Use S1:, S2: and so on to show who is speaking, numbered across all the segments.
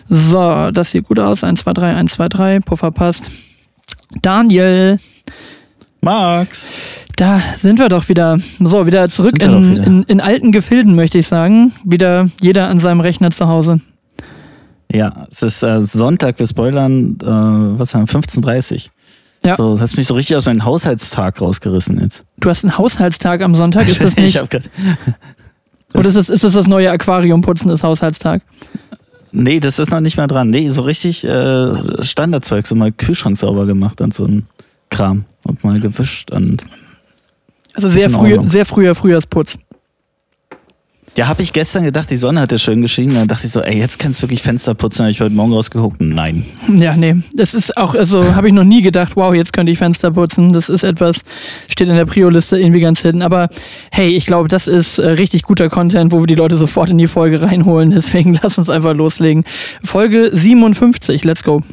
S1: So, das sieht gut aus. 1, 2, 3, 1, 2, 3. Puffer passt. Daniel.
S2: Max.
S1: Da sind wir doch wieder. So, wieder zurück in alten Gefilden, möchte ich sagen. Wieder jeder an seinem Rechner zu Hause.
S2: Ja, es ist Sonntag, wir spoilern, 15:30 Uhr.
S1: Ja.
S2: So, das hast mich so richtig aus meinem Haushaltstag rausgerissen jetzt.
S1: Du hast einen Haushaltstag am Sonntag, ist das nicht?
S2: Ich hab grad,
S1: oder ist das neue Aquariumputzen des Haushaltstag?
S2: Nee, das ist noch nicht mal dran. Nee, so richtig Standardzeug, so mal Kühlschrank sauber gemacht und so ein Kram und mal gewischt und.
S1: Also sehr früher Frühjahrsputz.
S2: Ja, habe ich gestern gedacht, die Sonne hat ja schön geschienen. Dann dachte ich so, ey, jetzt kannst du wirklich Fenster putzen. Habe ich heute Morgen rausgeguckt. Nein.
S1: Ja, nee. Das ist auch, also habe ich noch nie gedacht, wow, jetzt könnte ich Fenster putzen. Das ist etwas, steht in der Prio-Liste irgendwie ganz hinten. Aber hey, ich glaube, das ist richtig guter Content, wo wir die Leute sofort in die Folge reinholen. Deswegen lass uns einfach loslegen. Folge 57, let's go.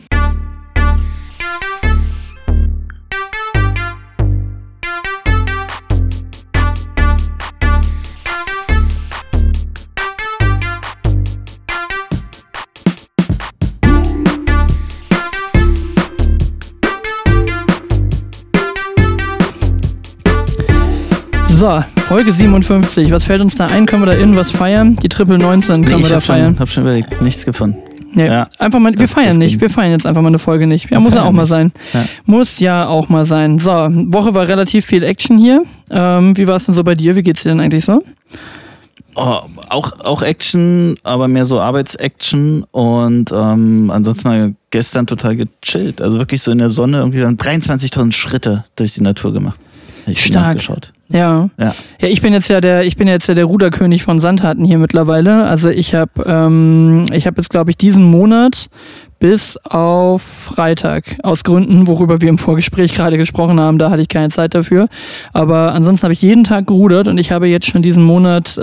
S1: So, Folge 57. Was fällt uns da ein? Können wir da irgendwas feiern? Die Triple 19 können wir da feiern.
S2: Ich hab schon überlegt, nichts gefunden.
S1: Nee, ja. Einfach mal, wir feiern nicht. Wir feiern jetzt einfach mal eine Folge nicht. Ja, muss ja auch mal sein. Ja. Muss ja auch mal sein. So, Woche war relativ viel Action hier. Wie war es denn so bei dir? Wie geht's dir denn eigentlich so?
S2: Oh, auch Action, aber mehr so Arbeitsaction und ansonsten mal gestern total gechillt. Also wirklich so in der Sonne, irgendwie 23.000 Schritte durch die Natur gemacht.
S1: Stark. Ja, ich bin jetzt ja der Ruderkönig von Sandhatten hier mittlerweile. Also ich habe jetzt, glaube ich, diesen Monat bis auf Freitag, aus Gründen, worüber wir im Vorgespräch gerade gesprochen haben, da hatte ich keine Zeit dafür. Aber ansonsten habe ich jeden Tag gerudert und ich habe jetzt schon diesen Monat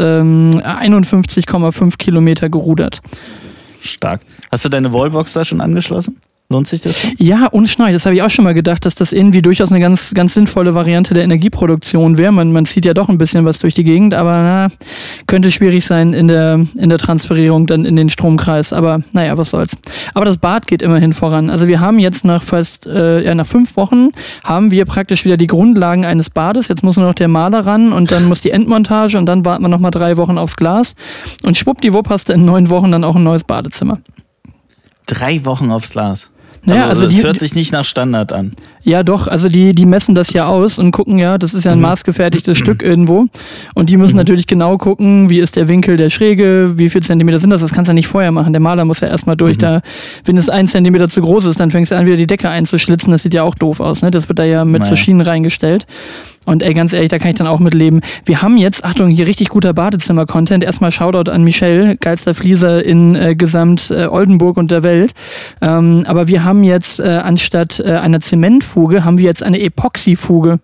S1: 51,5 Kilometer gerudert.
S2: Stark. Hast du deine Wallbox da schon angeschlossen? Lohnt sich das?
S1: Ja, ohne Schneid. Das habe ich auch schon mal gedacht, dass das irgendwie durchaus eine ganz, ganz sinnvolle Variante der Energieproduktion wäre. Man zieht ja doch ein bisschen was durch die Gegend, aber könnte schwierig sein in der Transferierung dann in den Stromkreis. Aber naja, was soll's. Aber das Bad geht immerhin voran. Also wir haben jetzt nach 5 Wochen haben wir praktisch wieder die Grundlagen eines Bades. Jetzt muss nur noch der Maler ran und dann muss die Endmontage und dann warten wir nochmal 3 Wochen aufs Glas. Und schwuppdiwupp hast du in 9 Wochen dann auch ein neues Badezimmer.
S2: 3 Wochen aufs Glas.
S1: Naja, also
S2: das hört sich nicht nach Standard an.
S1: Ja doch, also die messen das ja aus und gucken ja, das ist ja ein maßgefertigtes Stück irgendwo und die müssen natürlich genau gucken, wie ist der Winkel der Schräge, wie viel Zentimeter sind das kannst du ja nicht vorher machen, der Maler muss ja erstmal durch, da, wenn es 1 Zentimeter zu groß ist, dann fängst du an, wieder die Decke einzuschlitzen, das sieht ja auch doof aus, ne? Das wird da ja mit so Schienen reingestellt. Und ey, ganz ehrlich, da kann ich dann auch mit leben. Wir haben jetzt, Achtung, hier richtig guter Badezimmer-Content. Erstmal Shoutout an Michelle, geilster Flieser in Gesamt Oldenburg und der Welt. Aber wir haben jetzt anstatt einer Zementfuge, haben wir jetzt eine Epoxyfuge.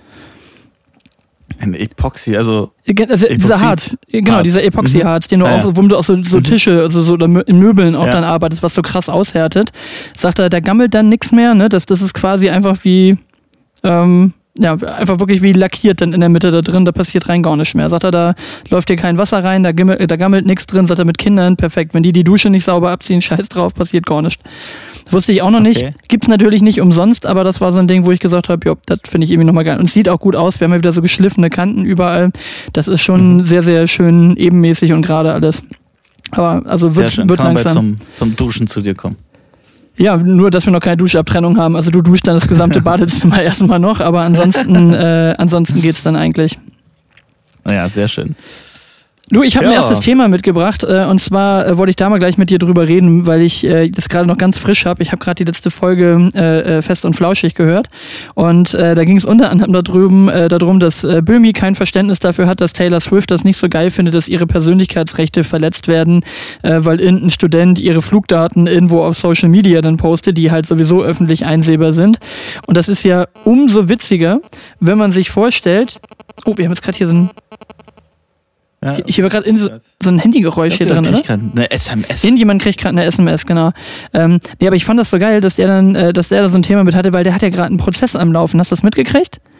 S2: Eine Epoxy, also
S1: dieser Harz, genau, dieser Epoxyharz, den du auch, womit du auch so Tische, also so in Möbeln auch dann arbeitest, was so krass aushärtet. Sagt er, da gammelt dann nichts mehr, ne? Das ist quasi einfach wie einfach wirklich wie lackiert dann in der Mitte da drin, da passiert rein gar nichts mehr. Sagt er, da läuft dir kein Wasser rein, da gammelt nichts drin, sagt er, mit Kindern, perfekt. Wenn die Dusche nicht sauber abziehen, scheiß drauf, passiert gar nichts. Das wusste ich auch noch nicht. Gibt's natürlich nicht umsonst, aber das war so ein Ding, wo ich gesagt habe, das finde ich irgendwie nochmal geil. Und es sieht auch gut aus, wir haben ja wieder so geschliffene Kanten überall. Das ist schon sehr, sehr schön ebenmäßig und gerade alles. Aber also wird langsam
S2: zum Duschen zu dir kommen.
S1: Ja, nur, dass wir noch keine Duschabtrennung haben. Also du duschst dann das gesamte Badezimmer erstmal noch, aber ansonsten geht's dann eigentlich.
S2: Ja, sehr schön.
S1: Du, ich habe ein erstes Thema mitgebracht und zwar wollte ich da mal gleich mit dir drüber reden, weil ich das gerade noch ganz frisch habe. Ich habe gerade die letzte Folge Fest und Flauschig gehört und da ging es unter anderem darum, dass Böhmi kein Verständnis dafür hat, dass Taylor Swift das nicht so geil findet, dass ihre Persönlichkeitsrechte verletzt werden, weil irgendein Student ihre Flugdaten irgendwo auf Social Media dann postet, die halt sowieso öffentlich einsehbar sind. Und das ist ja umso witziger, wenn man sich vorstellt, wir haben jetzt gerade hier so ein hier war gerade so ein Handygeräusch hier drin, oder?
S2: Eine SMS.
S1: Irgendjemand kriegt gerade eine SMS, genau. Aber ich fand das so geil, dass der da so ein Thema mit hatte, weil der hat ja gerade einen Prozess am Laufen. Hast du das mitgekriegt?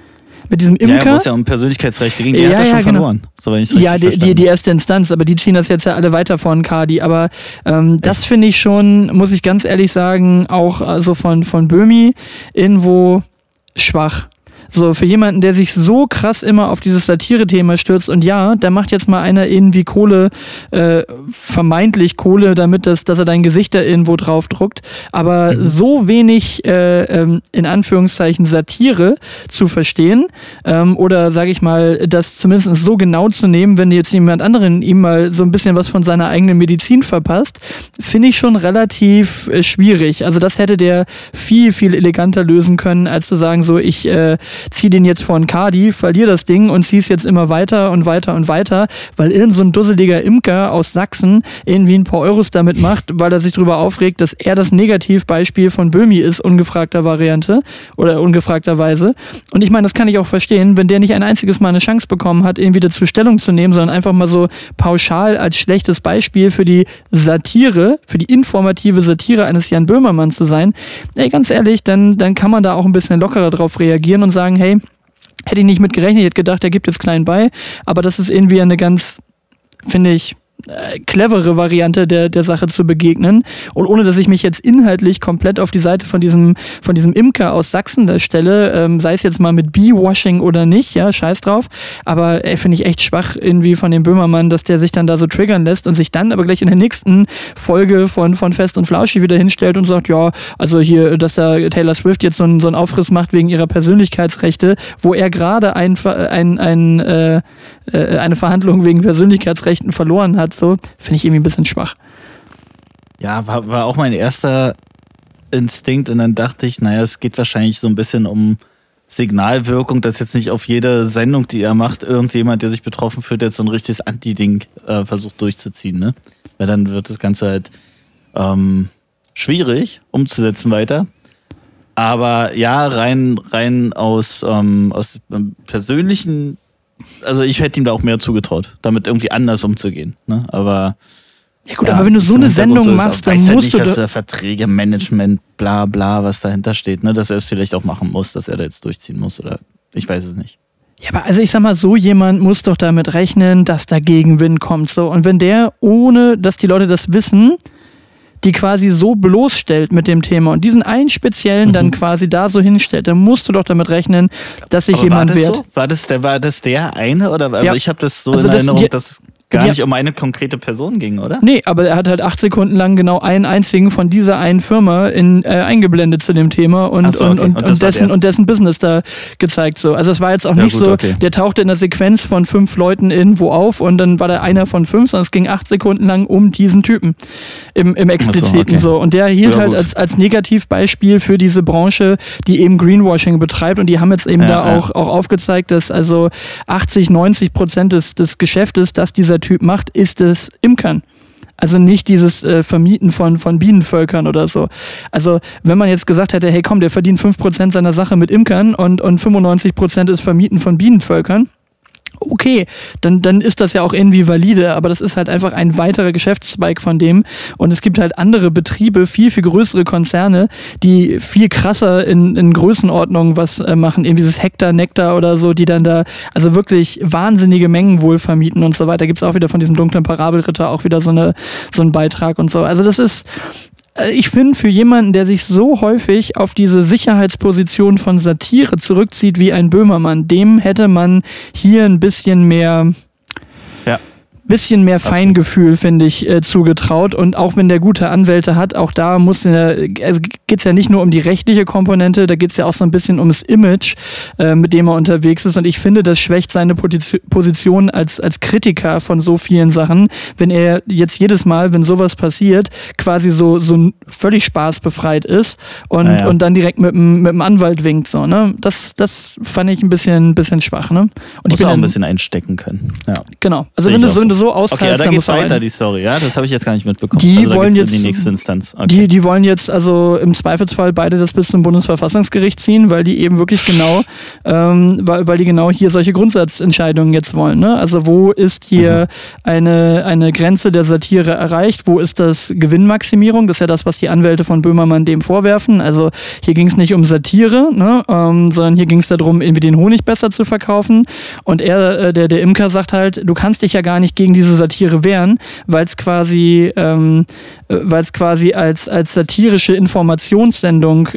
S1: mit diesem Imker.
S2: Ja, wo es ja um Persönlichkeitsrechte ging, der hat das schon verloren. So, wenn
S1: die erste Instanz, aber die ziehen das jetzt ja alle weiter von Kadi. Aber das finde ich schon, muss ich ganz ehrlich sagen, auch also von Böhmi irgendwo schwach. So, für jemanden, der sich so krass immer auf dieses Satire-Thema stürzt und ja, da macht jetzt mal einer irgendwie Kohle, vermeintlich Kohle, damit dass er dein Gesicht da irgendwo drauf druckt, aber so wenig, in Anführungszeichen, Satire zu verstehen, oder sage ich mal, das zumindest so genau zu nehmen, wenn jetzt jemand anderen ihm mal so ein bisschen was von seiner eigenen Medizin verpasst, finde ich schon relativ schwierig. Also das hätte der viel, viel eleganter lösen können, als zu sagen, so, ich zieh den jetzt vor ein Kadi, verlier das Ding und zieh's jetzt immer weiter und weiter und weiter, weil irgend so ein dusseliger Imker aus Sachsen irgendwie ein paar Euros damit macht, weil er sich darüber aufregt, dass er das Negativbeispiel von Böhmi ist, ungefragter Variante oder ungefragterweise. Und ich meine, das kann ich auch verstehen, wenn der nicht ein einziges Mal eine Chance bekommen hat, irgendwie dazu Stellung zu nehmen, sondern einfach mal so pauschal als schlechtes Beispiel für die Satire, für die informative Satire eines Jan Böhmermann zu sein. Ey, ganz ehrlich, dann kann man da auch ein bisschen lockerer drauf reagieren und sagen, hey, hätte ich nicht mit gerechnet, ich hätte gedacht, er gibt jetzt klein bei, aber das ist irgendwie eine ganz, finde ich, clevere Variante der Sache zu begegnen und ohne, dass ich mich jetzt inhaltlich komplett auf die Seite von diesem Imker aus Sachsen da stelle, sei es jetzt mal mit Bee-Washing oder nicht, ja, scheiß drauf, aber finde ich echt schwach irgendwie von dem Böhmermann, dass der sich dann da so triggern lässt und sich dann aber gleich in der nächsten Folge von Fest und Flauschig wieder hinstellt und sagt, ja, also hier, dass da Taylor Swift jetzt so einen Aufriss macht wegen ihrer Persönlichkeitsrechte, wo er gerade eine Verhandlung wegen Persönlichkeitsrechten verloren hat, so, finde ich irgendwie ein bisschen schwach.
S2: Ja, war auch mein erster Instinkt und dann dachte ich, naja, es geht wahrscheinlich so ein bisschen um Signalwirkung, dass jetzt nicht auf jede Sendung, die er macht, irgendjemand, der sich betroffen fühlt, jetzt so ein richtiges Anti-Ding versucht durchzuziehen, ne? Weil dann wird das Ganze halt schwierig umzusetzen weiter. Aber ja, rein aus persönlichen, also ich hätte ihm da auch mehr zugetraut, damit irgendwie anders umzugehen. Ne? Aber
S1: ja gut, aber wenn du so eine Sendung machst, dann musst
S2: nicht,
S1: du
S2: dass Verträge, Management, bla bla, was dahinter steht, ne? Dass er es vielleicht auch machen muss, dass er da jetzt durchziehen muss oder ich weiß es nicht.
S1: Ja, aber also ich sag mal, so jemand muss doch damit rechnen, dass da Gegenwind kommt. So. Und wenn der, ohne dass die Leute das wissen, die quasi so bloßstellt mit dem Thema und diesen einen speziellen dann quasi da so hinstellt, dann musst du doch damit rechnen, dass sich jemand wehrt.
S2: So? War das der eine? Oder? Also ja. Ich habe das so
S1: also
S2: in Erinnerung, dass es gar nicht um eine konkrete Person ging, oder?
S1: Nee, aber er hat halt 8 Sekunden lang genau einen einzigen von dieser einen Firma eingeblendet zu dem Thema und dessen Business da gezeigt. So. Also es war jetzt auch nicht so, der tauchte in der Sequenz von 5 Leuten irgendwo auf und dann war da einer von 5, sondern es ging 8 Sekunden lang um diesen Typen im Expliziten. So. Und der hielt halt als Negativbeispiel für diese Branche, die eben Greenwashing betreibt und die haben jetzt eben auch aufgezeigt, dass also 80-90% des Geschäftes, das dieser Typ macht, ist es Imkern. Also nicht dieses Vermieten von Bienenvölkern oder so. Also wenn man jetzt gesagt hätte, hey komm, der verdient 5% seiner Sache mit Imkern und 95% ist Vermieten von Bienenvölkern, okay, dann ist das ja auch irgendwie valide, aber das ist halt einfach ein weiterer Geschäftszweig von dem und es gibt halt andere Betriebe, viel, viel größere Konzerne, die viel krasser in Größenordnung was machen, irgendwie dieses Hektar, Nektar oder so, die dann da also wirklich wahnsinnige Mengen wohl vermieten und so weiter. Gibt es auch wieder von diesem dunklen Parabelritter auch wieder so einen Beitrag und so. Also das ist, ich finde, für jemanden, der sich so häufig auf diese Sicherheitsposition von Satire zurückzieht wie ein Böhmermann, dem hätte man hier ein bisschen mehr Feingefühl, finde ich, zugetraut. Und auch wenn der gute Anwälte hat, auch da geht es ja nicht nur um die rechtliche Komponente, da geht es ja auch so ein bisschen ums Image, mit dem er unterwegs ist. Und ich finde, das schwächt seine Position als Kritiker von so vielen Sachen, wenn er jetzt jedes Mal, wenn sowas passiert, quasi so völlig spaßbefreit ist und dann direkt mit dem Anwalt winkt. So, ne? Das fand ich ein bisschen schwach. Ne? Und
S2: muss auch ein bisschen einstecken können. Ja.
S1: Genau. Also wenn du so so austeilst,
S2: okay, da geht's weiter, die Story, ja? Das habe ich jetzt gar nicht mitbekommen.
S1: Die wollen jetzt
S2: in die nächste Instanz. Okay.
S1: Die wollen jetzt also im Zweifelsfall beide das bis zum Bundesverfassungsgericht ziehen, weil die eben wirklich genau, weil die genau hier solche Grundsatzentscheidungen jetzt wollen. Ne? Also wo ist hier eine Grenze der Satire erreicht? Wo ist das Gewinnmaximierung? Das ist ja das, was die Anwälte von Böhmermann dem vorwerfen. Also hier ging es nicht um Satire, ne? Sondern hier ging es darum, irgendwie den Honig besser zu verkaufen. Und der Imker sagt halt, du kannst dich ja gar nicht gegen diese Satire wehren, weil es quasi als satirische Informationssendung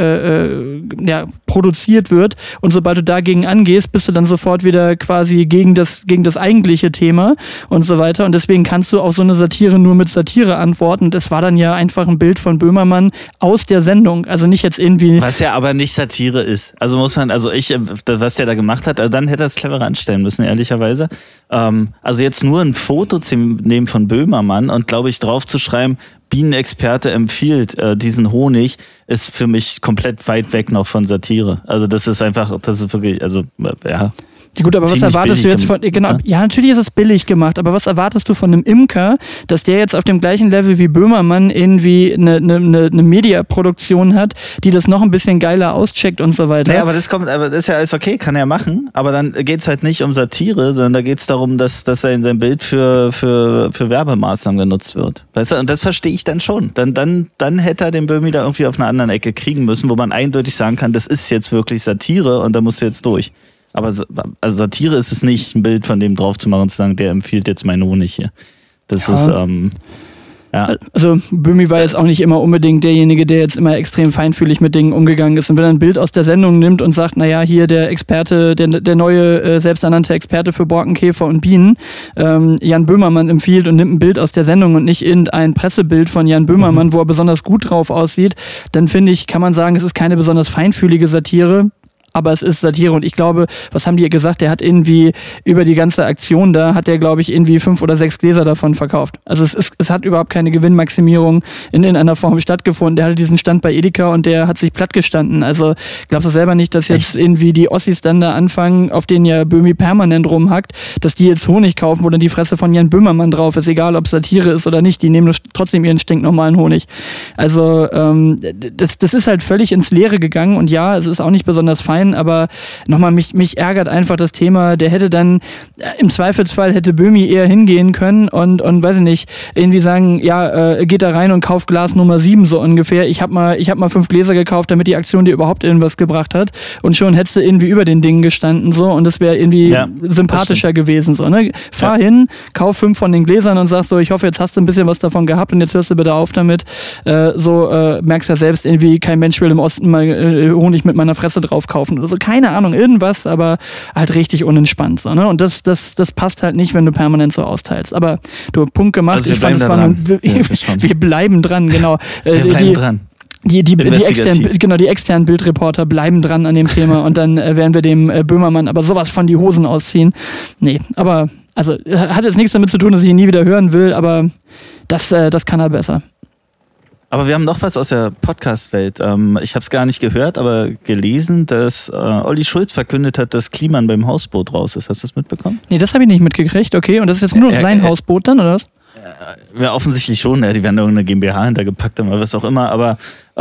S1: produziert wird. Und sobald du dagegen angehst, bist du dann sofort wieder quasi gegen das eigentliche Thema und so weiter. Und deswegen kannst du auf so eine Satire nur mit Satire antworten. Das war dann ja einfach ein Bild von Böhmermann aus der Sendung. Also nicht jetzt irgendwie...
S2: Was ja aber nicht Satire ist. Also was der da gemacht hat, also dann hätte er es cleverer anstellen müssen, ehrlicherweise. Also jetzt nur ein Foto zu nehmen von Böhmermann und, glaube ich, drauf zu schreiben, Bienenexperte empfiehlt diesen Honig, ist für mich komplett weit weg noch von Satire. Also das ist wirklich, also ja.
S1: Ja gut, aber was erwartest du jetzt von, genau, ja, natürlich ist es billig gemacht, aber was erwartest du von einem Imker, dass der jetzt auf dem gleichen Level wie Böhmermann irgendwie eine Mediaproduktion hat, die das noch ein bisschen geiler auscheckt und so weiter?
S2: Naja, aber das ist ja alles okay, kann er machen, aber dann geht's halt nicht um Satire, sondern da geht's darum, dass sein Bild für Werbemaßnahmen genutzt wird. Weißt du, und das verstehe ich dann schon. Dann hätte er den Böhmi da irgendwie auf einer anderen Ecke kriegen müssen, wo man eindeutig sagen kann, das ist jetzt wirklich Satire und da musst du jetzt durch. Aber also Satire ist es nicht, ein Bild von dem drauf zu machen und zu sagen, der empfiehlt jetzt meinen Honig hier. Das ist, ja.
S1: Also Böhmi war jetzt auch nicht immer unbedingt derjenige, der jetzt immer extrem feinfühlig mit Dingen umgegangen ist. Und wenn er ein Bild aus der Sendung nimmt und sagt, naja, hier der Experte, der neue selbsternannte Experte für Borkenkäfer und Bienen, Jan Böhmermann empfiehlt und nimmt ein Bild aus der Sendung und nicht irgendein Pressebild von Jan Böhmermann, wo er besonders gut drauf aussieht, dann finde ich, kann man sagen, es ist keine besonders feinfühlige Satire. Aber es ist Satire und ich glaube, was haben die gesagt? Der hat irgendwie über die ganze Aktion da, hat der, glaube ich, irgendwie 5 oder 6 Gläser davon verkauft. Also es hat überhaupt keine Gewinnmaximierung in einer Form stattgefunden. Der hatte diesen Stand bei Edeka und der hat sich platt gestanden. Also glaubst du selber nicht, dass jetzt irgendwie die Ossis dann da anfangen, auf denen ja Böhmi permanent rumhackt, dass die jetzt Honig kaufen, wo dann die Fresse von Jan Böhmermann drauf ist, egal ob Satire ist oder nicht, die nehmen trotzdem ihren stinknormalen Honig. Also das ist halt völlig ins Leere gegangen und ja, es ist auch nicht besonders fein, aber nochmal, mich ärgert einfach das Thema, der hätte dann, im Zweifelsfall hätte Böhmi eher hingehen können und weiß ich nicht, irgendwie sagen, ja, geht da rein und kauft Glas Nummer 7 so ungefähr, ich hab mal 5 Gläser gekauft, damit die Aktion dir überhaupt irgendwas gebracht hat und schon hättest du irgendwie über den Dingen gestanden so und das wäre irgendwie sympathischer gewesen so, ne? Fahr hin, kauf 5 von den Gläsern und sag so, ich hoffe, jetzt hast du ein bisschen was davon gehabt und jetzt hörst du bitte auf damit, merkst ja selbst irgendwie, kein Mensch will im Osten mal Honig mit meiner Fresse drauf kaufen oder so, keine Ahnung, irgendwas, aber halt richtig unentspannt. So, ne? Und das passt halt nicht, wenn du permanent so austeilst. Aber du, Punkt gemacht,
S2: also
S1: ich fand, das war wir bleiben dran, genau.
S2: Wir bleiben dran.
S1: Die externen Bildreporter bleiben dran an dem Thema und dann werden wir dem Böhmermann aber sowas von die Hosen ausziehen. Nee, aber also hat jetzt nichts damit zu tun, dass ich ihn nie wieder hören will, aber das kann er besser.
S2: Aber wir haben noch was aus der Podcast-Welt. Ich habe es gar nicht gehört, aber gelesen, dass Olli Schulz verkündet hat, dass Kliman beim Hausboot raus ist. Hast du das mitbekommen?
S1: Nee, das habe ich nicht mitgekriegt. Okay, und das ist jetzt nur noch sein Hausboot dann, oder was?
S2: Ja, offensichtlich schon. Ja, die werden da irgendeine GmbH hintergepackt haben oder was auch immer. Aber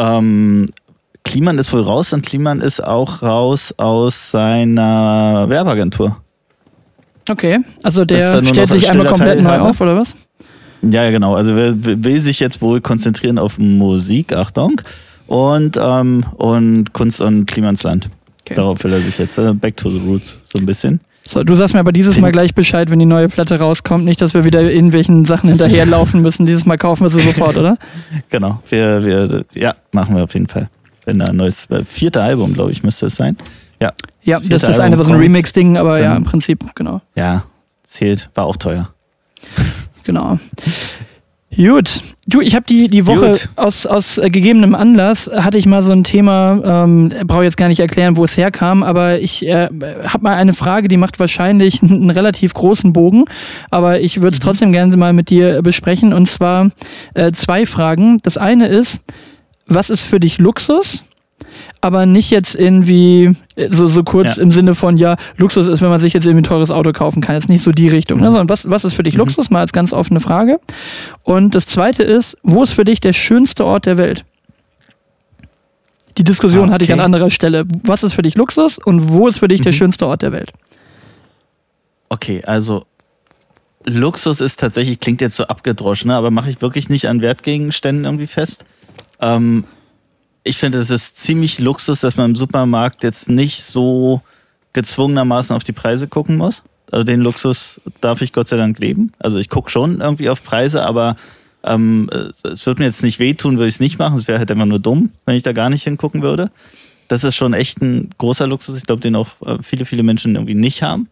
S2: Kliman ist wohl raus und Kliman ist auch raus aus seiner Werbeagentur.
S1: Okay, also der stellt sich einmal komplett neu auf, oder was?
S2: Ja, genau. Also will sich jetzt wohl konzentrieren auf Musik, Achtung, und Kunst und Klimansland. Okay. Darauf will er sich jetzt back to the roots so ein bisschen.
S1: So, du sagst mir aber dieses Mal gleich Bescheid, wenn die neue Platte rauskommt. Nicht, dass wir wieder irgendwelchen Sachen hinterherlaufen müssen. Dieses Mal kaufen wir sie sofort, oder?
S2: Genau. Ja, machen wir auf jeden Fall. Wenn da ein neues 4. Album, glaube ich, müsste es sein. Ja,
S1: das ist das eine, was ein Remix-Ding, aber ja, im Prinzip, genau.
S2: Ja, zählt. War auch teuer.
S1: Genau. Gut. Du, ich habe die Woche aus gegebenem Anlass, hatte ich mal so ein Thema, brauche jetzt gar nicht erklären, wo es herkam, aber ich habe mal eine Frage, die macht wahrscheinlich einen relativ großen Bogen, aber ich würde es trotzdem gerne mal mit dir besprechen, und zwar 2 Fragen. Das eine ist, was ist für dich Luxus? aber nicht jetzt irgendwie so kurz im Sinne von, ja, Luxus ist, wenn man sich jetzt irgendwie ein teures Auto kaufen kann. Jetzt nicht so die Richtung. Ne? Sondern was ist für dich Luxus? Mal als ganz offene Frage. Und das Zweite ist, wo ist für dich der schönste Ort der Welt? Die Diskussion hatte ich an anderer Stelle. Was ist für dich Luxus und wo ist für dich der schönste Ort der Welt?
S2: Okay, also Luxus ist tatsächlich, klingt jetzt so abgedroschen, aber mache ich wirklich nicht an Wertgegenständen irgendwie fest. Ich finde, es ist ziemlich Luxus, dass man im Supermarkt jetzt nicht so gezwungenermaßen auf die Preise gucken muss. Also den Luxus darf ich Gott sei Dank leben. Also ich gucke schon irgendwie auf Preise, aber es würde mir jetzt nicht wehtun, würde ich es nicht machen. Es wäre halt immer nur dumm, wenn ich da gar nicht hingucken würde. Das ist schon echt ein großer Luxus. Ich glaube, den auch viele, viele Menschen irgendwie nicht haben.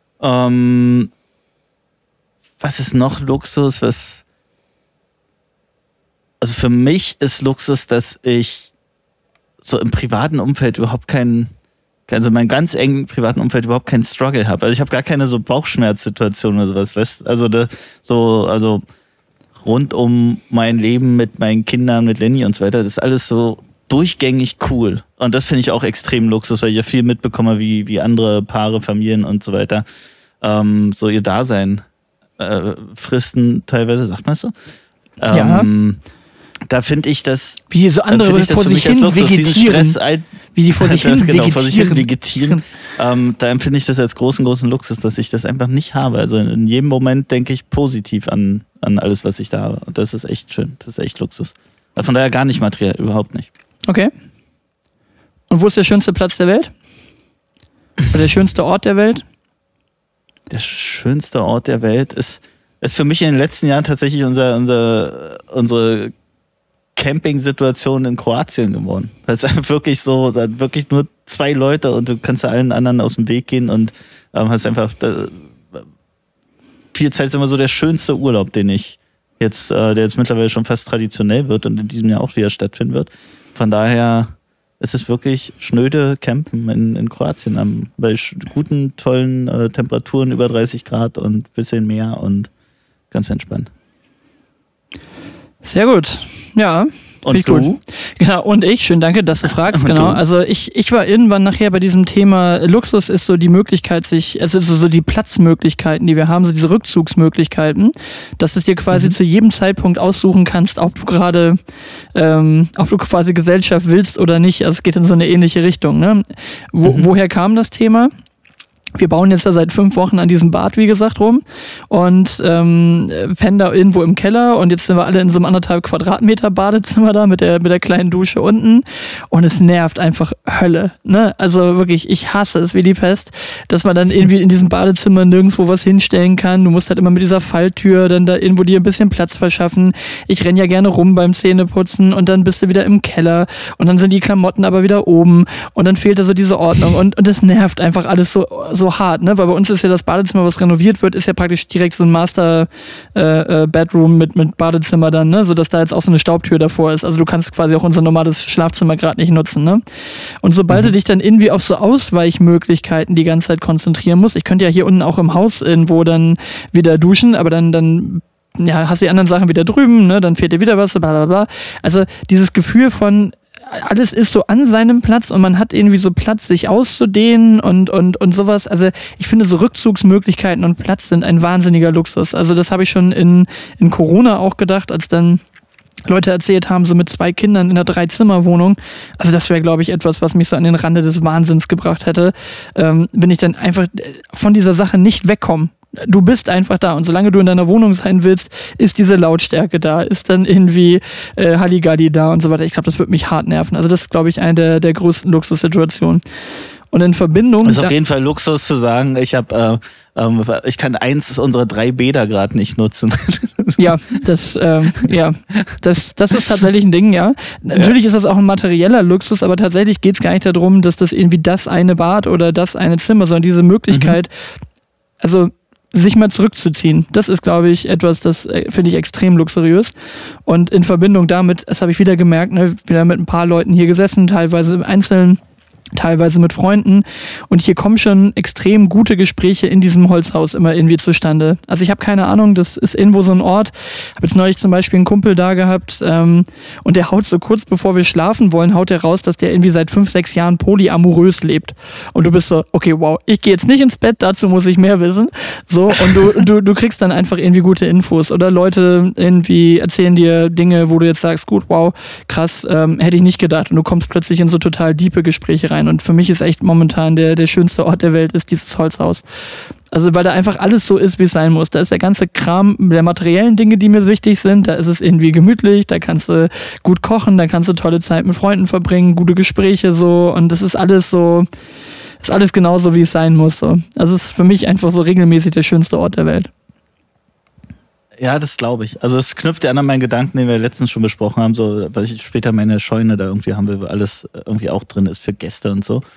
S2: Was ist noch Luxus? Also für mich ist Luxus, dass ich so im privaten Umfeld überhaupt also in meinem ganz engen privaten Umfeld überhaupt keinen Struggle habe. Also ich habe gar keine so Bauchschmerzsituation oder sowas, weißt? Also rund um mein Leben mit meinen Kindern, mit Lenny und so weiter, das ist alles so durchgängig cool. Und das finde ich auch extrem Luxus, weil ich ja viel mitbekomme, wie andere Paare, Familien und so weiter so ihr Dasein fristen teilweise, sagt man es so?
S1: Ja.
S2: Da finde ich das...
S1: Wie so andere vor sich hin vegetieren. Wie die vor sich hin
S2: vegetieren. Da empfinde ich das als großen, großen Luxus, dass ich das einfach nicht habe. Also in jedem Moment denke ich positiv an alles, was ich da habe. Und das ist echt schön. Das ist echt Luxus. Also von daher gar nicht materiell, überhaupt nicht.
S1: Okay. Und wo ist der schönste Platz der Welt? Oder der schönste Ort der Welt?
S2: Der schönste Ort der Welt ist für mich in den letzten Jahren tatsächlich unsere Camping-Situation in Kroatien geworden. Das ist wirklich so, da wirklich nur 2 Leute und du kannst allen anderen aus dem Weg gehen und hast einfach viel Zeit. Ist immer so der schönste Urlaub, den ich jetzt, der jetzt mittlerweile schon fast traditionell wird und in diesem Jahr auch wieder stattfinden wird. Von daher ist es wirklich schnöde Campen in Kroatien bei guten, tollen Temperaturen, über 30 Grad und ein bisschen mehr und ganz entspannt.
S1: Sehr gut. Ja.
S2: Und du? Gut.
S1: Genau, und ich, schön, danke, dass du fragst, genau. Also ich war irgendwann nachher bei diesem Thema, Luxus ist so die Möglichkeit, so die Platzmöglichkeiten, die wir haben, so diese Rückzugsmöglichkeiten, dass du es dir quasi zu jedem Zeitpunkt aussuchen kannst, ob du quasi Gesellschaft willst oder nicht. Also es geht in so eine ähnliche Richtung, ne? Woher kam das Thema? Wir bauen jetzt da seit 5 Wochen an diesem Bad, wie gesagt, rum und pennen da irgendwo im Keller und jetzt sind wir alle in so einem 1,5 Quadratmeter Badezimmer da mit der kleinen Dusche unten und es nervt einfach Hölle, ne? Also wirklich, ich hasse es wie die Pest, dass man dann irgendwie in diesem Badezimmer nirgendwo was hinstellen kann. Du musst halt immer mit dieser Falltür dann da irgendwo dir ein bisschen Platz verschaffen. Ich renn ja gerne rum beim Zähneputzen und dann bist du wieder im Keller und dann sind die Klamotten aber wieder oben und dann fehlt da so diese Ordnung und das nervt einfach alles so hart, ne? Weil bei uns ist ja das Badezimmer, was renoviert wird, ist ja praktisch direkt so ein Master Bedroom mit Badezimmer dann, ne? Sodass da jetzt auch so eine Staubtür davor ist. Also du kannst quasi auch unser normales Schlafzimmer gerade nicht nutzen, ne? Und sobald du dich dann irgendwie auf so Ausweichmöglichkeiten die ganze Zeit konzentrieren musst, ich könnte ja hier unten auch im Haus irgendwo dann wieder duschen, aber dann ja, hast du die anderen Sachen wieder drüben, ne? Dann fehlt dir wieder was, bla bla bla. Also dieses Gefühl von alles ist so an seinem Platz und man hat irgendwie so Platz, sich auszudehnen und sowas. Also ich finde, so Rückzugsmöglichkeiten und Platz sind ein wahnsinniger Luxus. Also das habe ich schon in Corona auch gedacht, als dann Leute erzählt haben, so mit 2 Kindern in einer 3-Zimmer-Wohnung. Also das wäre, glaube ich, etwas, was mich so an den Rande des Wahnsinns gebracht hätte, wenn ich dann einfach von dieser Sache nicht wegkomme. Du bist einfach da und solange du in deiner Wohnung sein willst, ist diese Lautstärke da, ist dann irgendwie Halligalli da und so weiter. Ich glaube, das wird mich hart nerven. Also das ist, glaube ich, eine der größten Luxussituationen. Und in Verbindung...
S2: Es ist auf jeden Fall Luxus zu sagen, ich kann eins unserer 3 Bäder gerade nicht nutzen.
S1: Ja, das ist tatsächlich ein Ding, ja. Natürlich ist das auch ein materieller Luxus, aber tatsächlich geht es gar nicht darum, dass das irgendwie das eine Bad oder das eine Zimmer, sondern diese Möglichkeit, also sich mal zurückzuziehen. Das ist, glaube ich, etwas, das finde ich extrem luxuriös. Und in Verbindung damit, das habe ich wieder gemerkt, ne, wieder mit ein paar Leuten hier gesessen, teilweise einzeln, teilweise mit Freunden und hier kommen schon extrem gute Gespräche in diesem Holzhaus immer irgendwie zustande. Also ich habe keine Ahnung, das ist irgendwo so ein Ort. Habe jetzt neulich zum Beispiel einen Kumpel da gehabt und der haut so kurz bevor wir schlafen wollen, haut der raus, dass der irgendwie seit 5-6 Jahren polyamorös lebt. Und du bist so, okay, wow, ich gehe jetzt nicht ins Bett, dazu muss ich mehr wissen. So, und du kriegst dann einfach irgendwie gute Infos oder Leute irgendwie erzählen dir Dinge, wo du jetzt sagst, gut, wow, krass, hätte ich nicht gedacht und du kommst plötzlich in so total diepe Gespräche rein. Und für mich ist echt momentan der schönste Ort der Welt ist dieses Holzhaus. Also weil da einfach alles so ist, wie es sein muss. Da ist der ganze Kram der materiellen Dinge, die mir wichtig sind. Da ist es irgendwie gemütlich, da kannst du gut kochen, da kannst du tolle Zeit mit Freunden verbringen, gute Gespräche so. Und das ist alles genauso, wie es sein muss. So. Also es ist für mich einfach so regelmäßig der schönste Ort der Welt.
S2: Ja, das glaube ich. Also es knüpft ja an meinen Gedanken, den wir letztens schon besprochen haben, so, weil ich später meine Scheune da irgendwie haben will, wo alles irgendwie auch drin ist für Gäste und so.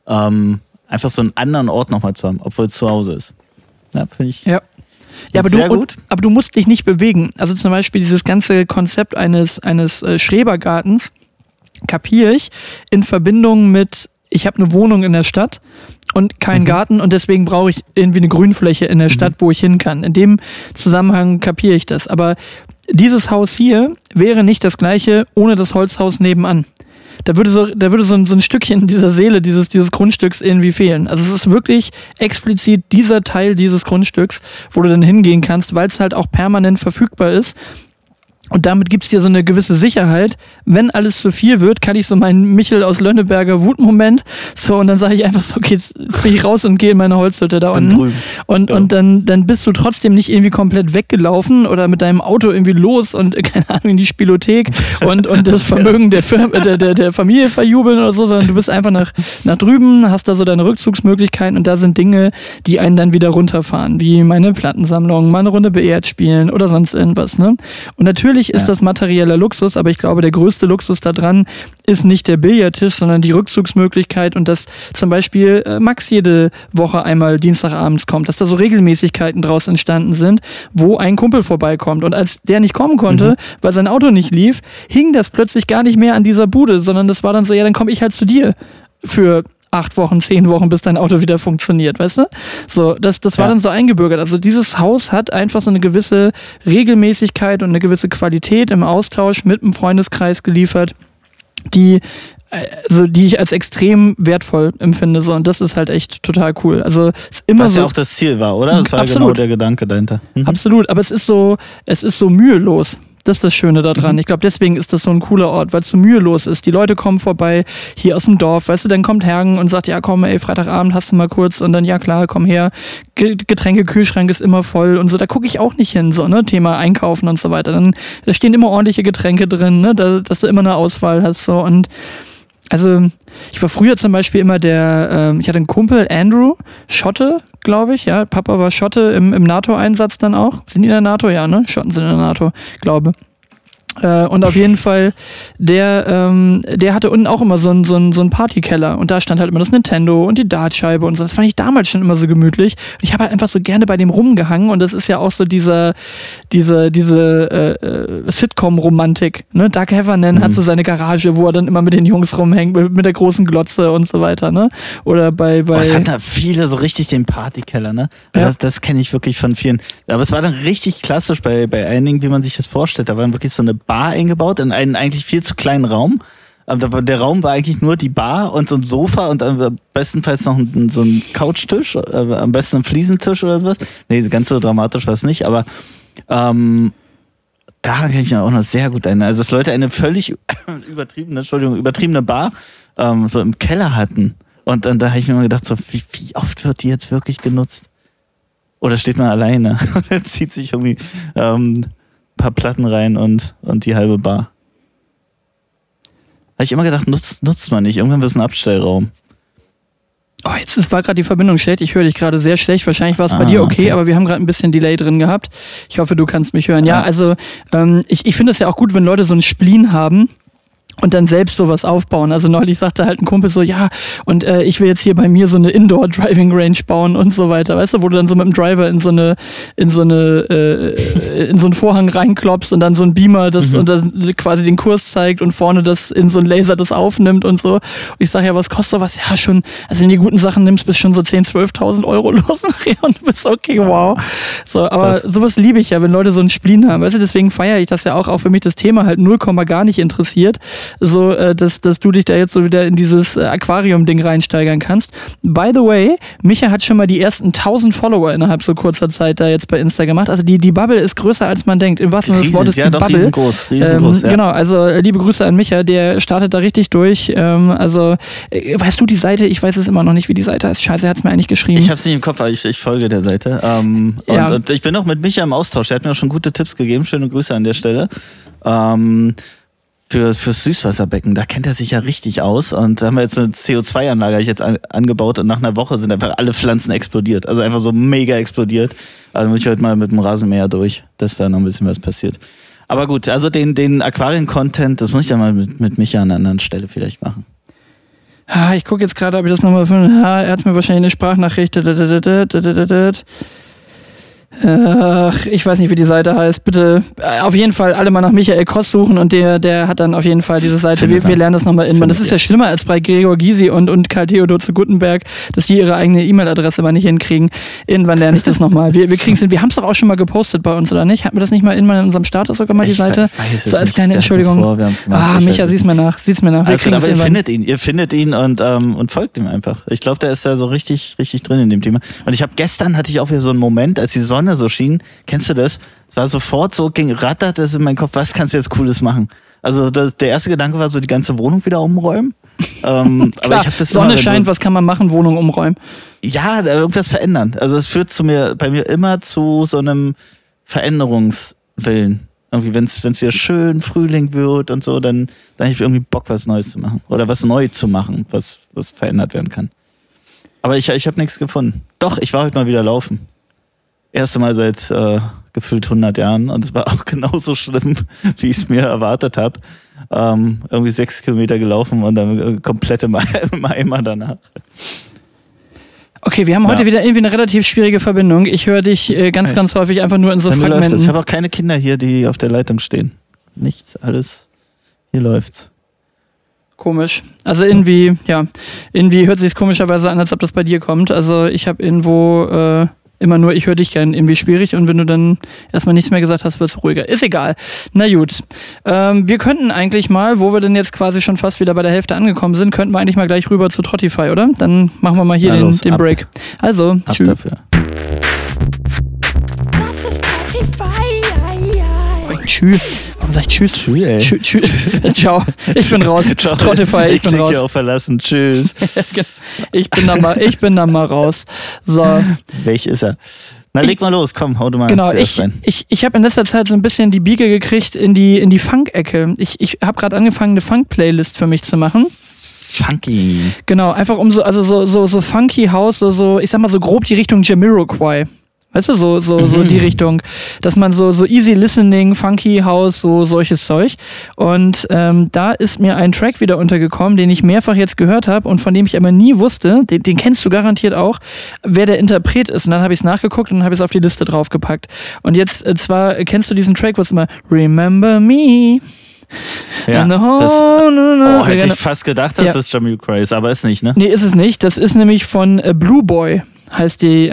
S2: Einfach so einen anderen Ort nochmal zu haben, obwohl es zu Hause ist. Ja, finde ich.
S1: Ja, aber sehr gut. Aber du musst dich nicht bewegen. Also zum Beispiel dieses ganze Konzept eines Schrebergartens kapiere ich in Verbindung mit, ich habe eine Wohnung in der Stadt und keinen Garten und deswegen brauche ich irgendwie eine Grünfläche in der Stadt, wo ich hin kann. In dem Zusammenhang kapiere ich das. Aber dieses Haus hier wäre nicht das gleiche ohne das Holzhaus nebenan. Da würde so ein Stückchen dieser Seele dieses Grundstücks irgendwie fehlen. Also es ist wirklich explizit dieser Teil dieses Grundstücks, wo du dann hingehen kannst, weil es halt auch permanent verfügbar ist. Und damit gibt's dir so eine gewisse Sicherheit. Wenn alles zu viel wird, kann ich so meinen Michel aus Lönneberger Wutmoment so und dann sage ich einfach so, okay, jetzt bin ich raus und gehe in meine Holzhütte da unten. Und dann bist du trotzdem nicht irgendwie komplett weggelaufen oder mit deinem Auto irgendwie los und keine Ahnung in die Spielothek und das Vermögen der Familie verjubeln oder so, sondern du bist einfach nach drüben, hast da so deine Rückzugsmöglichkeiten und da sind Dinge, die einen dann wieder runterfahren, wie meine Plattensammlung, mal eine Runde Beerd spielen oder sonst irgendwas, ne? Und natürlich ist das materieller Luxus, aber ich glaube, der größte Luxus daran ist nicht der Billardtisch, sondern die Rückzugsmöglichkeit und dass zum Beispiel Max jede Woche einmal Dienstagabends kommt, dass da so Regelmäßigkeiten draus entstanden sind, wo ein Kumpel vorbeikommt. Und als der nicht kommen konnte, weil sein Auto nicht lief, hing das plötzlich gar nicht mehr an dieser Bude, sondern das war dann so, ja, dann komme ich halt zu dir für 8 Wochen, 10 Wochen, bis dein Auto wieder funktioniert, weißt du? So, das war dann so eingebürgert. Also dieses Haus hat einfach so eine gewisse Regelmäßigkeit und eine gewisse Qualität im Austausch mit dem Freundeskreis geliefert, die ich als extrem wertvoll empfinde. So. Und das ist halt echt total cool. Also ist immer
S2: was
S1: so,
S2: ja auch das Ziel war, oder? Das war genau der Gedanke dahinter.
S1: Absolut, aber es ist so mühelos. Das ist das Schöne daran. Ich glaube, deswegen ist das so ein cooler Ort, weil es so mühelos ist. Die Leute kommen vorbei, hier aus dem Dorf, weißt du, dann kommt Hergen und sagt, ja komm, ey, Freitagabend hast du mal kurz und dann, ja klar, komm her, Getränkekühlschrank ist immer voll und so, da gucke ich auch nicht hin, so, ne, Thema Einkaufen und so weiter. Da stehen immer ordentliche Getränke drin, ne, dass du immer eine Auswahl hast, so, und also, ich war früher zum Beispiel immer ich hatte einen Kumpel, Andrew, Schotte, glaube ich, ja, Papa war Schotte im NATO-Einsatz dann auch. Sind die in der NATO? Ja, ne? Schotten sind in der NATO, glaube. Und auf jeden Fall, der hatte unten auch immer so einen Partykeller und da stand halt immer das Nintendo und die Dartscheibe und so. Das fand ich damals schon immer so gemütlich. Und ich habe halt einfach so gerne bei dem rumgehangen und das ist ja auch so diese Sitcom-Romantik. Ne? Doug Heffernan hat so seine Garage, wo er dann immer mit den Jungs rumhängt, mit der großen Glotze und so weiter. Ne? Oder bei
S2: es hatten da viele so richtig den Partykeller, ne? Ja. Das kenne ich wirklich von vielen. Aber es war dann richtig klassisch bei einigen, wie man sich das vorstellt. Da waren wirklich so eine Bar eingebaut in einen eigentlich viel zu kleinen Raum. Aber der Raum war eigentlich nur die Bar und so ein Sofa und bestenfalls noch so ein Couchtisch, am besten ein Fliesentisch oder sowas. Nee, ganz so dramatisch war es nicht, aber daran kann ich mir auch noch sehr gut erinnern. Also, dass Leute eine völlig übertriebene Bar so im Keller hatten. Und dann da habe ich mir immer gedacht, so, wie oft wird die jetzt wirklich genutzt? Oder steht man alleine und zieht sich irgendwie paar Platten rein und die halbe Bar. Habe ich immer gedacht, nutzt man nicht. Irgendwann wird es ein Abstellraum.
S1: Oh, jetzt war gerade die Verbindung schlecht. Ich höre dich gerade sehr schlecht. Wahrscheinlich war es bei dir okay, aber wir haben gerade ein bisschen Delay drin gehabt. Ich hoffe, du kannst mich hören. Ja, also ich finde es ja auch gut, wenn Leute so einen Spleen haben und dann selbst sowas aufbauen. Also neulich sagte halt ein Kumpel so, ja, und ich will jetzt hier bei mir so eine Indoor-Driving-Range bauen und so weiter, weißt du, wo du dann so mit dem Driver in so einen Vorhang reinklopfst und dann so ein Beamer das und dann quasi den Kurs zeigt und vorne das in so ein Laser das aufnimmt und so. Und ich sage ja, was kostet sowas? Ja, schon, also wenn du die guten Sachen nimmst, bist schon so 10.000, 12.000 Euro los nachher und du bist okay, wow. So, aber sowas liebe ich ja, wenn Leute so einen Spleen haben, weißt du, deswegen feiere ich das ja auch für mich das Thema halt 0, gar nicht interessiert, so, dass du dich da jetzt so wieder in dieses Aquarium-Ding reinsteigern kannst. By the way, Micha hat schon mal die ersten 1.000 Follower innerhalb so kurzer Zeit da jetzt bei Insta gemacht. Also die Bubble ist größer, als man denkt. Im wahrsten Sinne des Wortes die Bubble.
S2: Riesengroß, ja.
S1: Genau, also liebe Grüße an Micha, der startet da richtig durch. Weißt du die Seite? Ich weiß es immer noch nicht, wie die Seite heißt. Scheiße, er hat es mir eigentlich geschrieben.
S2: Ich habe es nicht im Kopf, aber ich folge der Seite. Und ich bin auch mit Micha im Austausch. Er hat mir auch schon gute Tipps gegeben. Schöne Grüße an der Stelle. Fürs Süßwasserbecken, da kennt er sich ja richtig aus und da haben wir jetzt eine CO2-Anlage jetzt angebaut und nach einer Woche sind einfach alle Pflanzen explodiert, also einfach so mega explodiert. Also muss ich heute mal mit dem Rasenmäher durch, dass da noch ein bisschen was passiert. Aber gut, also den Aquarien-Content, das muss ich dann mal mit Micha an einer anderen Stelle vielleicht machen.
S1: Ich gucke jetzt gerade, ob ich das nochmal finde. Er hat mir wahrscheinlich eine Sprachnachricht. Ich weiß nicht, wie die Seite heißt. Bitte auf jeden Fall alle mal nach Michael Koss suchen und der hat dann auf jeden Fall diese Seite. Wir lernen das nochmal in. Das ist ja schlimmer als bei Gregor Gysi und Karl Theodor zu Gutenberg, dass die ihre eigene E-Mail-Adresse mal nicht hinkriegen. Irgendwann lerne ich das nochmal. Wir haben es doch auch schon mal gepostet bei uns, oder nicht? Hatten wir das nicht mal in unserem Status sogar mal die Seite? So als kleine Entschuldigung. Micha, sieh's mir nach.
S2: Aber ihr findet ihn und folgt ihm einfach. Ich glaube, der ist da so richtig drin in dem Thema. Und gestern hatte ich auch wieder so einen Moment, als die Sonne so schien, kennst du das? Es war sofort so, rattert es in meinen Kopf, was kannst du jetzt Cooles machen? Also der erste Gedanke war so, die ganze Wohnung wieder umräumen.
S1: Klar,
S2: aber ich habe das
S1: Sonne scheint, so, was kann man machen? Wohnung umräumen.
S2: Ja, irgendwas verändern. Also es führt bei mir immer zu so einem Veränderungswillen. Irgendwie, wenn es wieder schön Frühling wird und so, dann habe ich irgendwie Bock, was Neues zu machen. Oder was neu zu machen, was verändert werden kann. Aber ich habe nichts gefunden. Doch, ich war heute mal wieder laufen. Erste Mal seit gefühlt 100 Jahren und es war auch genauso schlimm, wie ich es mir erwartet habe. Irgendwie 6 Kilometer gelaufen und dann komplett im Eimer danach.
S1: Okay, wir haben heute wieder irgendwie eine relativ schwierige Verbindung. Ich höre dich ganz häufig einfach nur in so Fragmenten.
S2: Ich habe auch keine Kinder hier, die auf der Leitung stehen. Nichts, alles. Hier läuft's.
S1: Komisch. Also irgendwie hört sich es komischerweise an, als ob das bei dir kommt. Also ich habe irgendwo immer nur, ich höre dich gern, irgendwie schwierig und wenn du dann erstmal nichts mehr gesagt hast, wird es ruhiger. Ist egal. Na gut. Wir könnten eigentlich mal, wo wir denn jetzt quasi schon fast wieder bei der Hälfte angekommen sind, könnten wir eigentlich mal gleich rüber zu Trottify, oder? Dann machen wir mal hier den Break. Also, tschüss. Das ist Trottify. Tschüss. Warum sag ich tschüss?
S2: Tschüss, ey.
S1: Tschüss. Ciao. Ich bin raus. Trottify, ich bin raus.
S2: Ich auch verlassen. Tschüss.
S1: Ich bin da mal raus. So.
S2: Welch ist er? Na, leg mal los. Komm, hau du mal
S1: rein. Ich habe in letzter Zeit so ein bisschen die Biege gekriegt in die Funk-Ecke. Ich habe gerade angefangen, eine Funk-Playlist für mich zu machen.
S2: Funky.
S1: Genau, einfach um so Funky House, so ich sag mal so grob die Richtung Jamiroquai. Weißt du, so die Richtung, dass man so easy listening, funky House, so solches Zeug. Und da ist mir ein Track wieder untergekommen, den ich mehrfach jetzt gehört habe und von dem ich aber nie wusste, den kennst du garantiert auch, wer der Interpret ist. Und dann habe ich es nachgeguckt und habe es auf die Liste draufgepackt. Und jetzt zwar kennst du diesen Track, wo es immer Remember Me.
S2: Ja, hätte ich fast gedacht, dass das Jamiroquai ist, aber ist nicht, ne?
S1: Nee, ist es nicht. Das ist nämlich von Blue Boy. Heißt der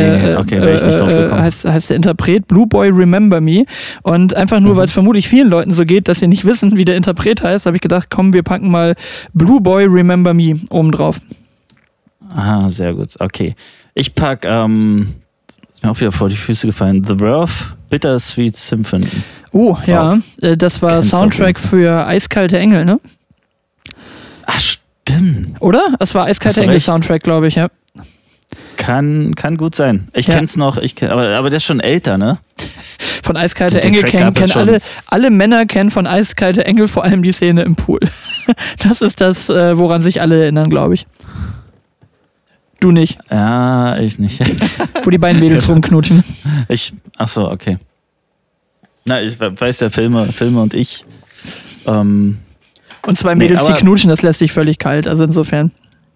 S1: Interpret Blue Boy Remember Me und einfach nur, weil es vermutlich vielen Leuten so geht, dass sie nicht wissen, wie der Interpret heißt, habe ich gedacht, komm, wir packen mal Blue Boy Remember Me oben drauf.
S2: Ah, sehr gut, okay. Ich pack, ist mir auch wieder vor die Füße gefallen, The Verve, Bittersweet Symphony.
S1: Oh, ja, das war Soundtrack für Eiskalte Engel, ne?
S2: Ach, stimmt.
S1: Oder? Das war Eiskalte Engel Soundtrack, glaube ich, ja.
S2: Kann gut sein. Ich kenn's noch, aber der ist schon älter, ne?
S1: Von Eiskalte Engel kennen alle Männer kennen von Eiskalte Engel vor allem die Szene im Pool. Das ist das, woran sich alle erinnern, glaube ich. Du nicht.
S2: Ja, ich nicht.
S1: Wo die beiden Mädels rumknutschen.
S2: Achso, okay. Na, ich weiß ja Filme und ich.
S1: Und zwei Mädels, die knutschen, das lässt dich völlig kalt. Also insofern.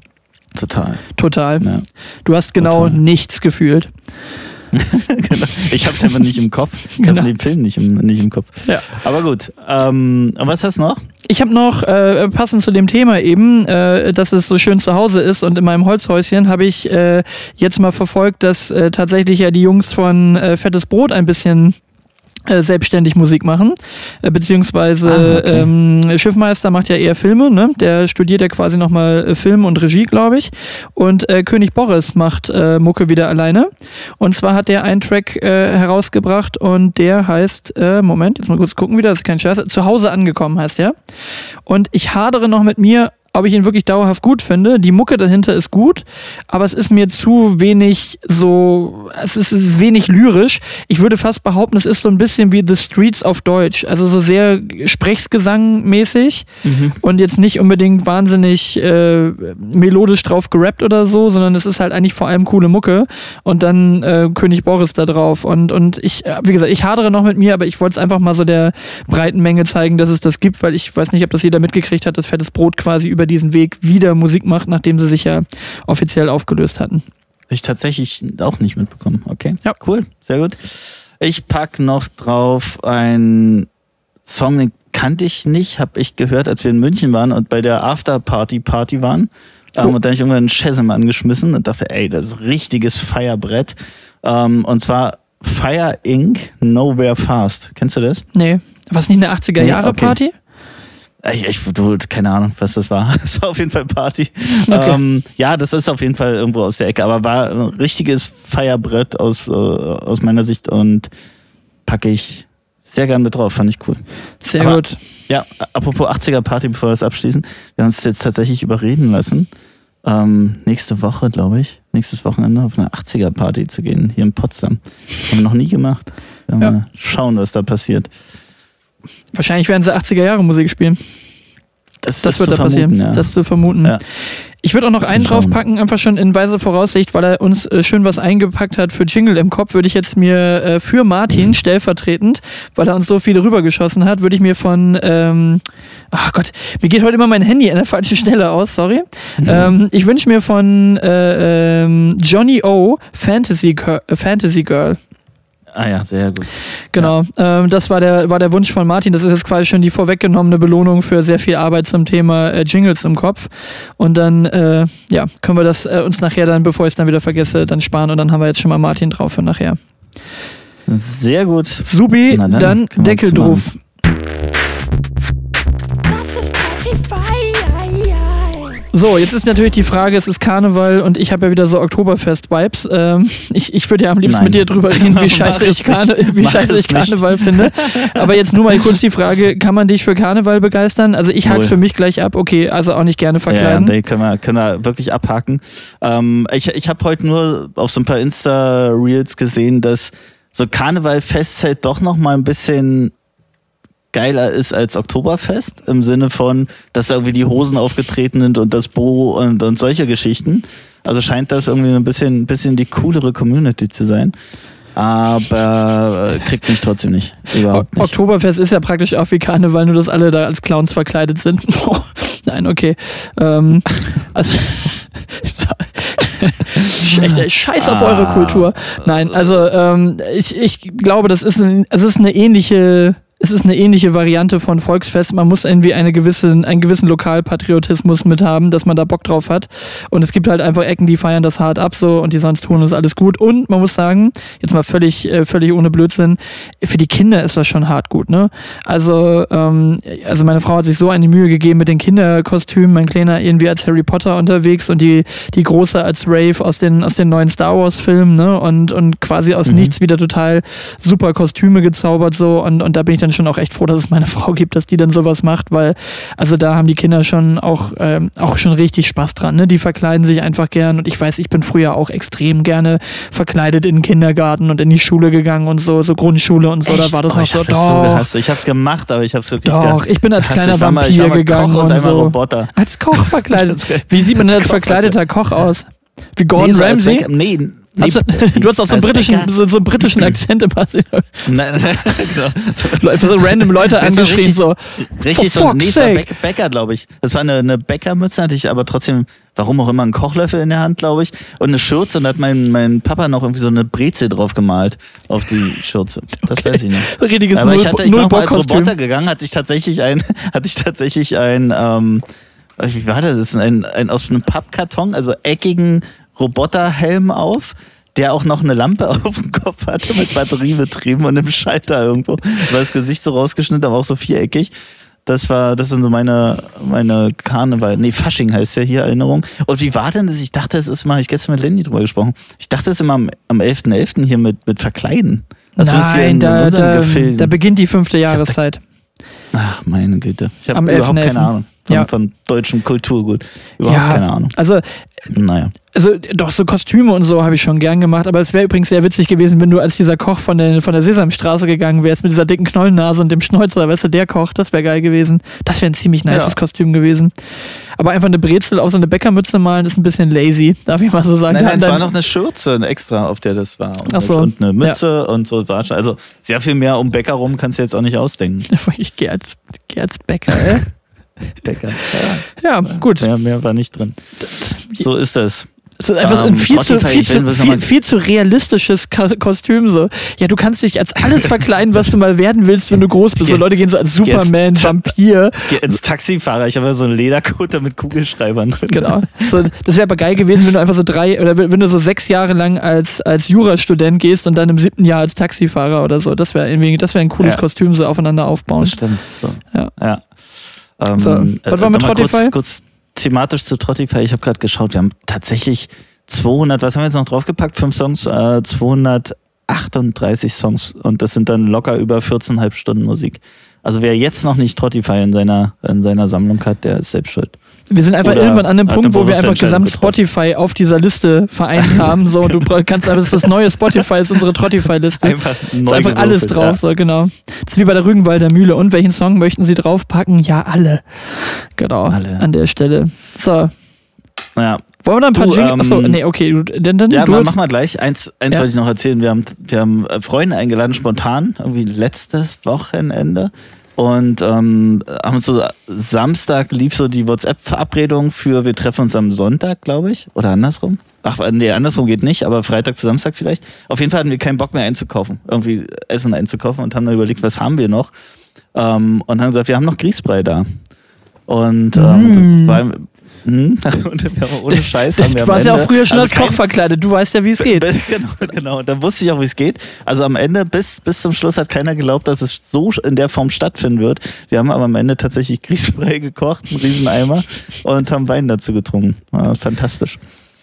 S1: Total. Ja. Du hast genau nichts gefühlt.
S2: Genau. Ich hab's einfach nicht im Kopf. Ich habe den Film nicht im Kopf. Ja. Aber gut. Und was hast du noch?
S1: Ich habe noch, passend zu dem Thema eben, dass es so schön zu Hause ist und in meinem Holzhäuschen habe ich jetzt mal verfolgt, dass tatsächlich ja die Jungs von Fettes Brot ein bisschen selbstständig Musik machen, beziehungsweise Schiffmeister macht ja eher Filme, ne? Der studiert ja quasi nochmal Film und Regie, glaube ich, und König Boris macht Mucke wieder alleine, und zwar hat der einen Track herausgebracht und der heißt, Moment, jetzt mal kurz gucken wieder, das ist kein Scheiß, zu Hause angekommen heißt der, und ich hadere noch mit mir, ob ich ihn wirklich dauerhaft gut finde. Die Mucke dahinter ist gut, aber es ist mir zu wenig es ist wenig lyrisch. Ich würde fast behaupten, es ist so ein bisschen wie The Streets auf Deutsch. Also so sehr Sprechgesang-mäßig und jetzt nicht unbedingt wahnsinnig melodisch drauf gerappt oder so, sondern es ist halt eigentlich vor allem coole Mucke und dann König Boris da drauf. Und ich, wie gesagt, ich hadere noch mit mir, aber ich wollte es einfach mal so der breiten Menge zeigen, dass es das gibt, weil ich weiß nicht, ob das jeder mitgekriegt hat, dass Fettes Brot quasi über diesen Weg wieder Musik macht, nachdem sie sich ja offiziell aufgelöst hatten.
S2: Ich tatsächlich auch nicht mitbekommen. Okay, ja, cool, sehr gut. Ich pack noch drauf einen Song, den kannte ich nicht, habe ich gehört, als wir in München waren und bei der After-Party waren. Und da habe ich irgendwann einen Shazam angeschmissen und dachte, ey, das ist richtiges Feierbrett. Und zwar Fire Inc. Nowhere Fast. Kennst du das?
S1: Nee. War es nicht eine 80er-Jahre-Party?
S2: Okay. Keine Ahnung, was das war. Es war auf jeden Fall Party. Okay. Ja, das ist auf jeden Fall irgendwo aus der Ecke, aber war ein richtiges Feierbrett aus meiner Sicht und packe ich sehr gern mit drauf. Fand ich cool.
S1: Sehr gut.
S2: Ja, apropos 80er-Party, bevor wir es abschließen. Wir haben uns jetzt tatsächlich überreden lassen, nächstes Wochenende auf eine 80er-Party zu gehen, hier in Potsdam. Haben wir noch nie gemacht. Mal schauen, was da passiert.
S1: Wahrscheinlich werden sie 80er-Jahre-Musik spielen. Das wird da passieren. Ja. Das zu vermuten. Ja. Ich würde auch noch einen draufpacken, einfach schon in weiser Voraussicht, weil er uns schön was eingepackt hat für Jingle im Kopf, würde ich jetzt mir für Martin stellvertretend, weil er uns so viele rübergeschossen hat, würde ich mir von, mir geht heute immer mein Handy an der falschen Stelle aus, sorry. Ich wünsche mir von Johnny O, Fantasy Girl.
S2: Ah ja, sehr gut.
S1: Genau, das war der Wunsch von Martin. Das ist jetzt quasi schon die vorweggenommene Belohnung für sehr viel Arbeit zum Thema Jingles im Kopf. Und dann können wir das uns nachher dann, bevor ich es dann wieder vergesse, dann sparen. Und dann haben wir jetzt schon mal Martin drauf für nachher.
S2: Sehr gut.
S1: Supi, dann Deckel drauf. So, jetzt ist natürlich die Frage, es ist Karneval und ich habe ja wieder so Oktoberfest-Vibes. Ich würde ja am liebsten mit dir drüber reden, wie scheiße ich Karneval finde. Aber jetzt nur mal kurz die Frage, kann man dich für Karneval begeistern? Also ich hake für mich gleich ab, okay, also auch nicht gerne verkleiden.
S2: Ja, können wir wirklich abhaken. Ich habe heute nur auf so ein paar Insta-Reels gesehen, dass so Karneval-Fest halt doch noch mal ein bisschen geiler ist als Oktoberfest, im Sinne von, dass da irgendwie die Hosen aufgetreten sind und das Bo und solche Geschichten. Also scheint das irgendwie ein bisschen die coolere Community zu sein. Aber kriegt mich trotzdem nicht. Überhaupt nicht.
S1: Oktoberfest ist ja praktisch auch wie Karneval, nur dass alle da als Clowns verkleidet sind. Nein, okay. Also Scheiß auf eure Kultur. Nein, also ich glaube, es ist eine ähnliche Variante von Volksfest. Man muss irgendwie einen gewissen Lokalpatriotismus mit haben, dass man da Bock drauf hat. Und es gibt halt einfach Ecken, die feiern das hart ab so und die sonst tun das alles gut. Und man muss sagen, jetzt mal völlig ohne Blödsinn, für die Kinder ist das schon hart gut, ne? Also meine Frau hat sich so eine Mühe gegeben mit den Kinderkostümen, mein Kleiner irgendwie als Harry Potter unterwegs und die Große als Rave aus den neuen Star Wars Filmen, ne? Und quasi aus nichts wieder total super Kostüme gezaubert so und da bin ich dann schon auch echt froh, dass es meine Frau gibt, dass die dann sowas macht, weil also da haben die Kinder schon auch schon richtig Spaß dran, ne? Die verkleiden sich einfach gern und ich weiß, ich bin früher auch extrem gerne verkleidet in den Kindergarten und in die Schule gegangen und so Grundschule und so, echt? Da war das noch so.
S2: Ich hab's gemacht, aber ich hab's wirklich
S1: ich bin als kleiner Vampir gegangen
S2: Koch
S1: und so.
S2: Roboter.
S1: Als Koch verkleidet. Wie sieht man denn als verkleideter Koch aus? Wie Gordon Ramsay? Du hast auch so einen britischen Akzent im Pass.
S2: Nein, genau.
S1: So random Leute angeschrien, so.
S2: Richtig so. Nee, es war Bäcker, glaube ich. Das war eine Bäckermütze, hatte ich aber trotzdem, warum auch immer, einen Kochlöffel in der Hand, glaube ich. Und eine Schürze, und da hat mein Papa noch irgendwie so eine Brezel drauf gemalt auf die Schürze. Das weiß ich noch.
S1: So ein richtiges
S2: aber ich war mal als Roboter gegangen, hatte ich tatsächlich ein wie war das? Das ist ein aus einem Pappkarton, also eckigen Roboterhelm auf, der auch noch eine Lampe auf dem Kopf hatte mit Batterie betrieben und einem Schalter irgendwo. War das Gesicht so rausgeschnitten, aber auch so viereckig. Das sind so meine Fasching heißt ja hier, Erinnerung. Und wie war denn das? Ich dachte, es ist mal, ich gestern mit Lenny drüber gesprochen, ich dachte, es ist immer am 11.11. hier mit Verkleiden. Also
S1: nein, da beginnt die 5. Jahreszeit.
S2: Ach, meine Güte. Ich habe überhaupt keine Ahnung. Von deutschem Kulturgut. Überhaupt keine Ahnung.
S1: Also doch, so Kostüme und so habe ich schon gern gemacht, aber es wäre übrigens sehr witzig gewesen, wenn du als dieser Koch von der Sesamstraße gegangen wärst, mit dieser dicken Knollennase und dem Schnäuzer, weißt du, der Koch, das wäre geil gewesen. Das wäre ein ziemlich nices Kostüm gewesen. Aber einfach eine Brezel auf so eine Bäckermütze malen, ist ein bisschen lazy, darf ich mal so sagen.
S2: Nein, es war noch eine Schürze extra, auf der das war. Und eine Mütze und so. Also sehr viel mehr um Bäcker rum kannst du jetzt auch nicht ausdenken.
S1: Ich gehe als Bäcker, ey.
S2: Bäcker.
S1: Ja, gut.
S2: Mehr war nicht drin. So ist das.
S1: Es ist einfach ein viel zu realistisches Kostüm. So. Ja, du kannst dich als alles verkleiden, was du mal werden willst, wenn du groß bist. So Leute gehen so als Superman, Vampir.
S2: Ich gehe als Taxifahrer. Ich habe ja so einen Ledercoat mit Kugelschreibern drin.
S1: Genau. So, das wäre aber geil gewesen, wenn du einfach so wenn du so 6 Jahre lang als Jurastudent gehst und dann im 7. Jahr als Taxifahrer oder so. Das wäre ein cooles Kostüm, so aufeinander aufbauen.
S2: Das stimmt. So.
S1: Ja. Was war mit Trottify?
S2: Kurz thematisch zu Trottify. Ich habe gerade geschaut, wir haben tatsächlich 200, was haben wir jetzt noch draufgepackt? 5 Songs, 238 Songs und das sind dann locker über 14,5 Stunden Musik. Also wer jetzt noch nicht Trottify in seiner Sammlung hat, der ist selbst schuld.
S1: Wir sind einfach irgendwann an dem Punkt, wo wir einfach gesamt Spotify auf dieser Liste vereint haben. So, du kannst einfach, das neue Spotify ist unsere Trottify-Liste.
S2: Einfach
S1: alles drauf, so genau. Das ist wie bei der Rügenwalder Mühle. Und welchen Song möchten Sie draufpacken? Ja, alle. Genau, an der Stelle. So.
S2: Ja.
S1: Wollen wir da ein paar Jingles? Achso, nee, okay.
S2: Mach mal gleich. Eins wollte ich noch erzählen. Wir haben Freunde eingeladen, spontan, irgendwie letztes Wochenende. Und haben uns so, Samstag lief so die WhatsApp-Verabredung für wir treffen uns am Sonntag, glaube ich. Oder andersrum. Ach, nee, andersrum geht nicht, aber Freitag zu Samstag vielleicht. Auf jeden Fall hatten wir keinen Bock mehr einzukaufen. Irgendwie Essen einzukaufen und haben dann überlegt, was haben wir noch? Und haben gesagt, wir haben noch Grießbrei da. Und und wir haben ohne Scheiß haben wir
S1: Du warst ja auch früher schon als Koch verkleidet, du weißt ja, wie es geht.
S2: Genau, da wusste ich auch, wie es geht. Also am Ende, bis zum Schluss hat keiner geglaubt, dass es so in der Form stattfinden wird. Wir haben aber am Ende tatsächlich Grießbrei gekocht, einen Rieseneimer und haben Wein dazu getrunken. War fantastisch.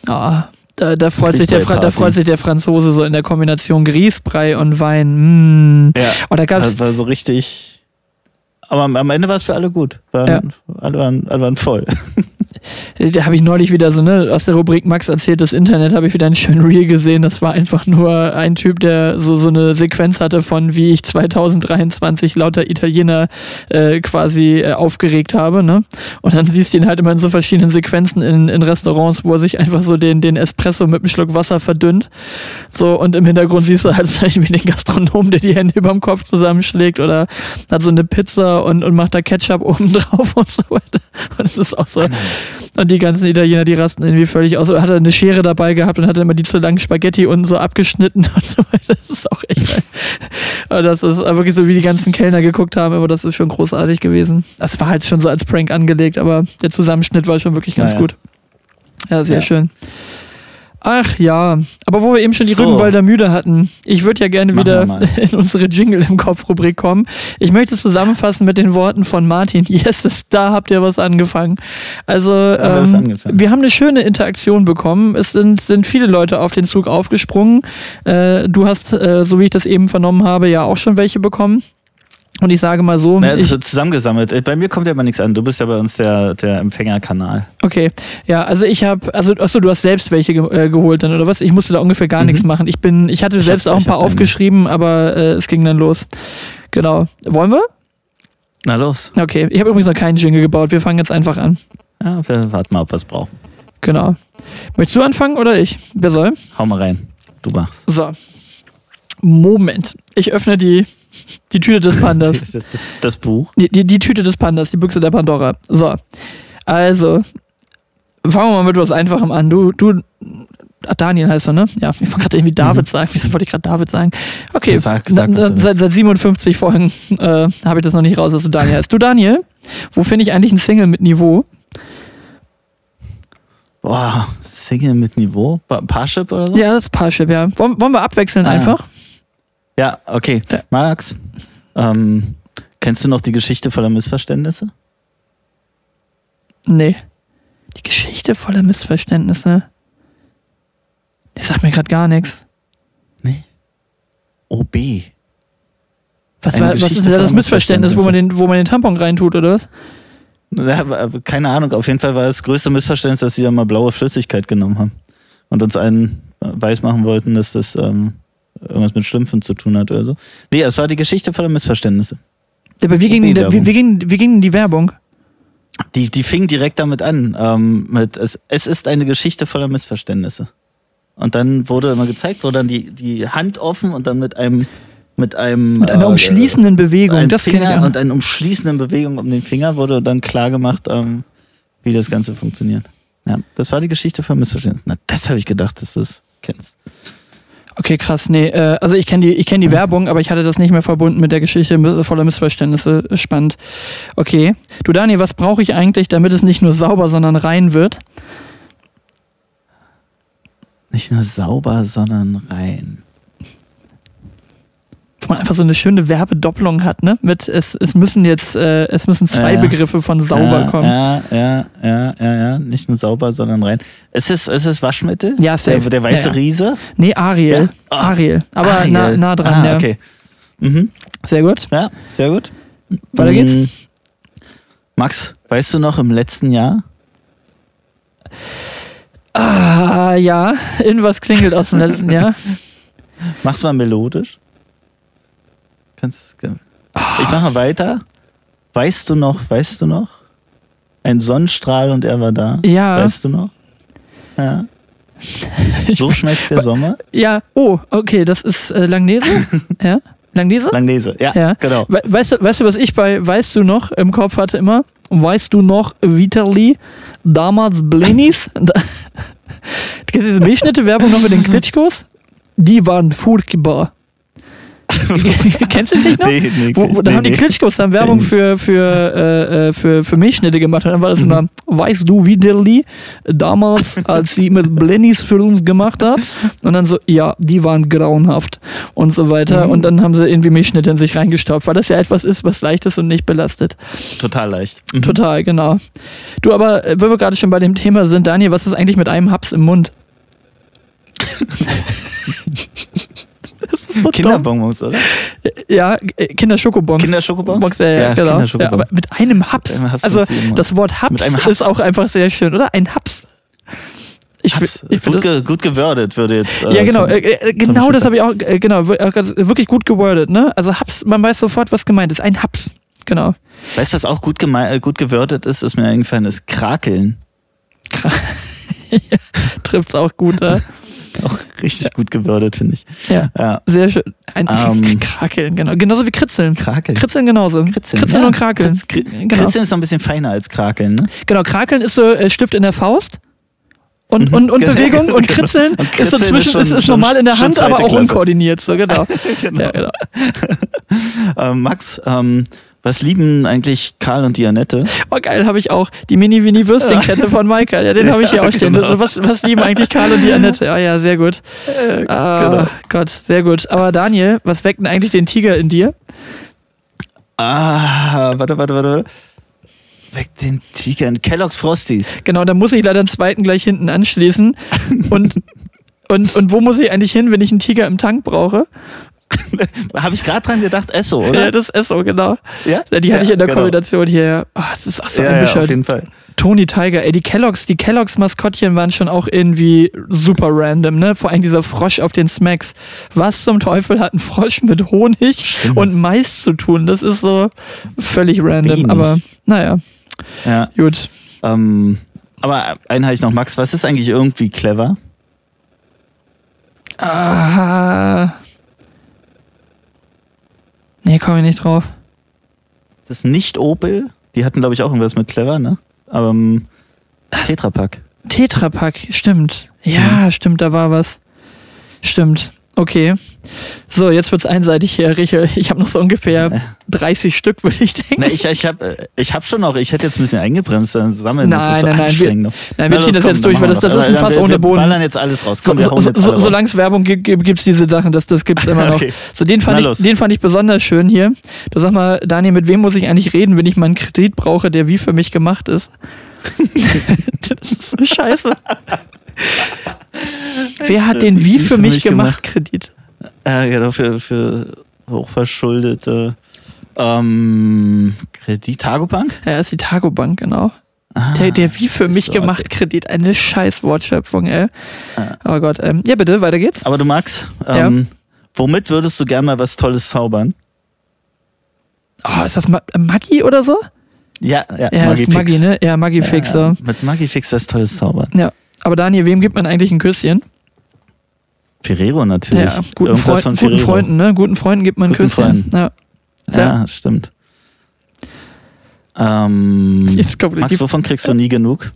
S1: Da freut sich der Franzose so in der Kombination Grießbrei und Wein.
S2: Ja, das war so richtig... Aber am Ende war es für alle gut. Alle waren voll.
S1: Da habe ich neulich wieder aus der Rubrik Max erzählt das Internet, habe ich wieder einen schönen Reel gesehen. Das war einfach nur ein Typ, der so eine Sequenz hatte von wie ich 2023 lauter Italiener quasi aufgeregt habe. Ne? Und dann siehst du ihn halt immer in so verschiedenen Sequenzen in Restaurants, wo er sich einfach so den Espresso mit einem Schluck Wasser verdünnt. So, und im Hintergrund siehst du halt wie den Gastronomen, der die Hände überm Kopf zusammenschlägt oder hat so eine Pizza und macht da Ketchup oben drauf und so weiter. Und das ist auch so. Und die ganzen Italiener, die rasten irgendwie völlig aus. Hat er eine Schere dabei gehabt und hat immer die zu langen Spaghetti unten so abgeschnitten und so weiter. Das ist auch echt geil. Und das ist wirklich so, wie die ganzen Kellner geguckt haben, aber das ist schon großartig gewesen. Das war halt schon so als Prank angelegt, aber der Zusammenschnitt war schon wirklich ganz gut. Ja, sehr schön. Ach ja, aber wo wir eben schon die Rügenwalder Mühle hatten, ich würde ja gerne wieder in unsere Jingle im Kopf-Rubrik kommen. Ich möchte es zusammenfassen mit den Worten von Martin. Yes, da habt ihr was angefangen. Also, wir haben eine schöne Interaktion bekommen. Es sind viele Leute auf den Zug aufgesprungen. Du hast, so wie ich das eben vernommen habe, ja auch schon welche bekommen. Und ich sage mal so...
S2: Also zusammengesammelt. Bei mir kommt ja immer nichts an. Du bist ja bei uns der Empfängerkanal.
S1: Okay. Ja, also ich habe... Achso, du hast selbst welche geholt dann, oder was? Ich musste da ungefähr gar nichts machen. Ich hatte selbst auch ein paar aufgeschrieben, aber es ging dann los. Genau. Wollen wir?
S2: Na los.
S1: Okay. Ich habe übrigens noch keinen Jingle gebaut. Wir fangen jetzt einfach an.
S2: Ja, wir warten mal, ob wir es brauchen.
S1: Genau. Möchtest du anfangen oder ich? Wer soll?
S2: Hau mal rein. du machst.
S1: So. Moment. Ich öffne die Tüte des Pandas.
S2: Das Buch?
S1: Die Tüte des Pandas, die Büchse der Pandora. So. Also, fangen wir mal mit was Einfachem an. Du Daniel heißt er, ne? Ja, ich wollte gerade irgendwie David sagen. Wieso wollte ich gerade David sagen? Okay, seit 57 Folgen habe ich das noch nicht raus, dass du Daniel heißt. Du Daniel, wo finde ich eigentlich einen Single mit Niveau?
S2: Boah, Single mit Niveau? Parship oder so?
S1: Ja, das ist Parship, ja. Wollen wir abwechseln einfach?
S2: Ja, okay. Ja. Max, kennst du noch die Geschichte voller Missverständnisse?
S1: Nee. Die Geschichte voller Missverständnisse? Die sagt mir gerade gar nichts.
S2: Nee. OB.
S1: Was ist denn das Missverständnis, wo man den Tampon reintut, oder was?
S2: Ja, keine Ahnung, auf jeden Fall war das größte Missverständnis, dass sie ja mal blaue Flüssigkeit genommen haben und uns allen weismachen wollten, dass das irgendwas mit Schlümpfen zu tun hat oder so. Nee, es war die Geschichte voller Missverständnisse.
S1: Aber wie ging die Werbung?
S2: Die fing direkt damit an, mit es ist eine Geschichte voller Missverständnisse. Und dann wurde immer gezeigt, wo dann die Hand offen und dann mit einer
S1: umschließenden Bewegung,
S2: das kenne ich auch. Und einer umschließenden Bewegung um den Finger wurde dann klar gemacht, wie das Ganze funktioniert. Ja, das war die Geschichte von Missverständnissen. Na, das habe ich gedacht, dass du es kennst.
S1: Okay, krass. Nee, also ich kenne die Werbung, aber ich hatte das nicht mehr verbunden mit der Geschichte voller Missverständnisse. Spannend. Okay. Du Daniel, was brauche ich eigentlich, damit es nicht nur sauber, sondern rein wird?
S2: Nicht nur sauber, sondern rein.
S1: Wo man einfach so eine schöne Werbedoppelung hat, ne? Mit es müssen zwei Begriffe von sauber kommen.
S2: Ja. Nicht nur sauber, sondern rein. Ist es Waschmittel?
S1: Ja, safe.
S2: Der weiße Riese?
S1: Nee, Ariel. Ja? Oh. Ariel. Aber Ariel. Nah dran, ja.
S2: Okay. Mhm.
S1: Sehr gut.
S2: Ja, sehr gut.
S1: Weiter geht's.
S2: Max, weißt du noch im letzten Jahr?
S1: Ja. Irgendwas klingelt aus dem letzten Jahr.
S2: Mach's mal melodisch. Ich mache weiter. Weißt du noch? Ein Sonnenstrahl und er war da.
S1: Ja.
S2: Weißt du noch? Ja. So schmeckt der Sommer.
S1: Ja. Oh, okay, das ist Langnese. Ja. Langnese?
S2: Langnese, ja. Genau.
S1: Weißt du, was ich bei Weißt du noch im Kopf hatte immer? Weißt du noch, Vitali, damals Blinis? Kennst du diese Milchschnitte-Werbung noch mit den Klitschkos? Die waren furchtbar. Kennst du dich noch? Nee, da haben die Klitschkos dann Werbung für Milchschnitte gemacht. Und dann war das immer, weißt du, wie Dilly damals, als sie mit Blennies für uns gemacht hat? Und dann so, ja, die waren grauenhaft und so weiter. Und dann haben sie irgendwie Milchschnitte in sich reingestopft, weil das ja etwas ist, was leicht ist und nicht belastet.
S2: Total leicht.
S1: Total, genau. Du, aber wenn wir gerade schon bei dem Thema sind, Daniel, was ist eigentlich mit einem Haps im Mund?
S2: So Kinderbonbons, oder?
S1: Ja, Kinderschokobons.
S2: Kinderschokobons?
S1: Ja, genau. Kinderschokobons. Ja, aber mit einem Haps. Also das Wort Haps ist auch einfach sehr schön, oder? Ein Haps.
S2: Gut gewordet würde jetzt.
S1: Ja, genau. Genau das habe ich auch. Genau, wirklich gut gewordet, ne? Also Haps, man weiß sofort, was gemeint ist. Ein Haps. Genau.
S2: Weißt du, was auch gut gewordet ist mir eingefallen, ist Krakeln.
S1: Ja, trifft's auch gut, ne?
S2: Auch richtig gut gewürdet, finde ich.
S1: Ja, sehr schön. Krakeln, genau. Genauso wie Kritzeln. Kritzeln genauso. Kritzeln und Krakeln.
S2: Kritzeln ist noch ein bisschen feiner als Krakeln, ne?
S1: Genau, Krakeln ist so Stift in der Faust und Bewegung und Kritzeln ist so zwischen, ist normal in der Hand, aber auch unkoordiniert. So, genau.
S2: Genau.
S1: Ja, genau.
S2: Max, was lieben eigentlich Karl und die Annette?
S1: Oh geil, habe ich auch. Die Mini-Würstchenkette von Michael. Ja, den habe ich hier auch stehen. Genau. Was lieben eigentlich Karl und die Annette? Oh ja, sehr gut. Genau. Gott, sehr gut. Aber Daniel, was weckt denn eigentlich den Tiger in dir?
S2: Warte. Weckt den Tiger in Kellogg's Frosties.
S1: Genau, da muss ich leider einen zweiten gleich hinten anschließen. Und wo muss ich eigentlich hin, wenn ich einen Tiger im Tank brauche?
S2: Habe ich gerade dran gedacht, Esso, oder?
S1: Ja, das ist Esso, genau.
S2: Ja?
S1: Die hatte ich in der Kombination hier. Oh, das ist auch so ein
S2: auf jeden Fall.
S1: Tony Tiger, ey, die Kellogg's Maskottchen waren schon auch irgendwie super random, ne? Vor allem dieser Frosch auf den Smacks. Was zum Teufel hat ein Frosch mit Honig und Mais zu tun? Das ist so völlig random, aber naja.
S2: Ja.
S1: Gut.
S2: Aber einen habe ich noch, Max, was ist eigentlich irgendwie clever?
S1: Nee, komme ich nicht drauf.
S2: Das ist nicht Opel. Die hatten, glaube ich, auch irgendwas mit Clever, ne? Aber Tetra Pak.
S1: Tetra Pak, stimmt. Ja, stimmt, da war was. Stimmt. Okay. So, jetzt wird's einseitig hier, Richel. Ich habe noch so ungefähr 30 Stück, würde ich denken.
S2: Na, ich hab schon noch, ich hätte jetzt ein bisschen eingebremst, dann sammeln
S1: wir ziehen das jetzt durch, weil das ist ein Fass ohne Boden.
S2: Wir ballern jetzt alles raus.
S1: Komm, solange es Werbung gibt's diese Sachen, das gibt's immer noch. Okay. So, den fand ich besonders schön hier. Du sag mal, Daniel, mit wem muss ich eigentlich reden, wenn ich mal einen Kredit brauche, der wie für mich gemacht ist? Das ist so scheiße. Wer hat den wie für mich gemacht Kredit?
S2: Genau, für hochverschuldete Kredit, Targobank?
S1: Ja, ist die Targobank, genau. Der wie für mich gemacht Kredit. Eine scheiß Wortschöpfung, ey. Oh Gott, ja bitte, weiter geht's.
S2: Aber du Max, womit würdest du gerne mal was Tolles zaubern?
S1: Oh, ist das Maggi oder so?
S2: Ja,
S1: ist Maggi, ne? Ja, Maggi-Fix.
S2: Ja, mit Maggi-Fix was Tolles zaubern.
S1: Ja, aber Daniel, wem gibt man eigentlich ein Küsschen?
S2: Ferrero natürlich.
S1: Ja, guten Freunden, ne? Guten Freunden gibt man ein Küsschen.
S2: Ja, stimmt. Max, wovon kriegst du nie genug?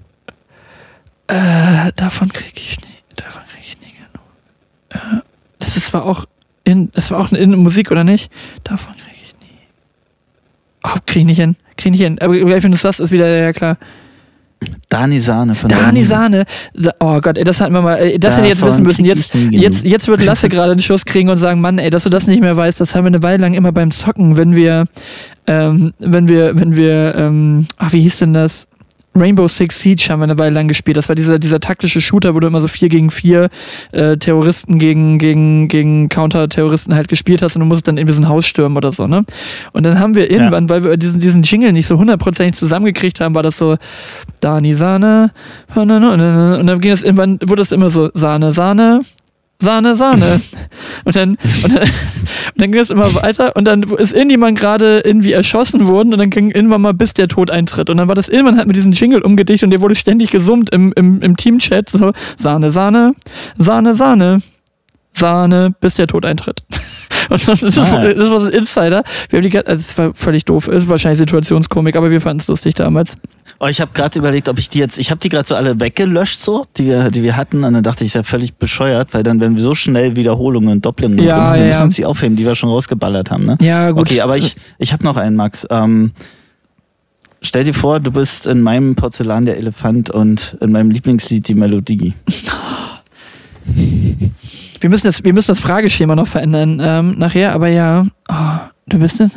S1: Davon krieg ich nie genug. Das war auch in Musik, oder nicht? Davon krieg ich nie. Oh, krieg ich nicht hin. Aber gleich, wenn du es sagst, ist wieder, ja klar.
S2: Dani Sahne.
S1: Dani Sahne. Oh Gott, ey, das hatten wir mal. Das hätte ich jetzt wissen müssen. Jetzt wird Lasse gerade einen Schuss kriegen und sagen, Mann, ey, dass du das nicht mehr weißt, das haben wir eine Weile lang immer beim Zocken, wenn wir wie hieß denn das? Rainbow Six Siege haben wir eine Weile lang gespielt. Das war dieser taktische Shooter, wo du immer so 4 gegen 4 Terroristen gegen Counter-Terroristen halt gespielt hast und du musst dann irgendwie so ein Haus stürmen oder so, ne? Und dann haben wir irgendwann, weil wir diesen Jingle nicht so 100% zusammengekriegt haben, war das so Dani Sahne und dann ging das irgendwann, wurde das immer so Sahne, Sahne, Sahne, Sahne. Und dann ging es immer weiter und dann ist irgendjemand gerade irgendwie erschossen worden und dann ging irgendwann mal, bis der Tod eintritt. Und dann war das irgendwann halt mit diesem Jingle umgedicht und der wurde ständig gesummt im Teamchat. So Sahne, Sahne, Sahne, Sahne, Sahne, bis der Tod eintritt. Und das war so ein Insider. Das war völlig doof. Ist wahrscheinlich Situationskomik, aber wir fanden es lustig damals.
S2: Oh, ich habe gerade überlegt, ob ich habe die gerade so alle weggelöscht, so, die wir hatten. Und dann dachte ich, ja völlig bescheuert, weil dann, wenn wir so schnell Wiederholungen und Doppelungen drin haben, dann müssen wir uns die aufheben, die wir schon rausgeballert haben, ne?
S1: Ja, gut.
S2: Okay, aber ich habe noch einen, Max. Stell dir vor, du bist in meinem Porzellan der Elefant und in meinem Lieblingslied die Melodie.
S1: Wir müssen das Frageschema noch verändern nachher, aber ja. Oh, du bist das.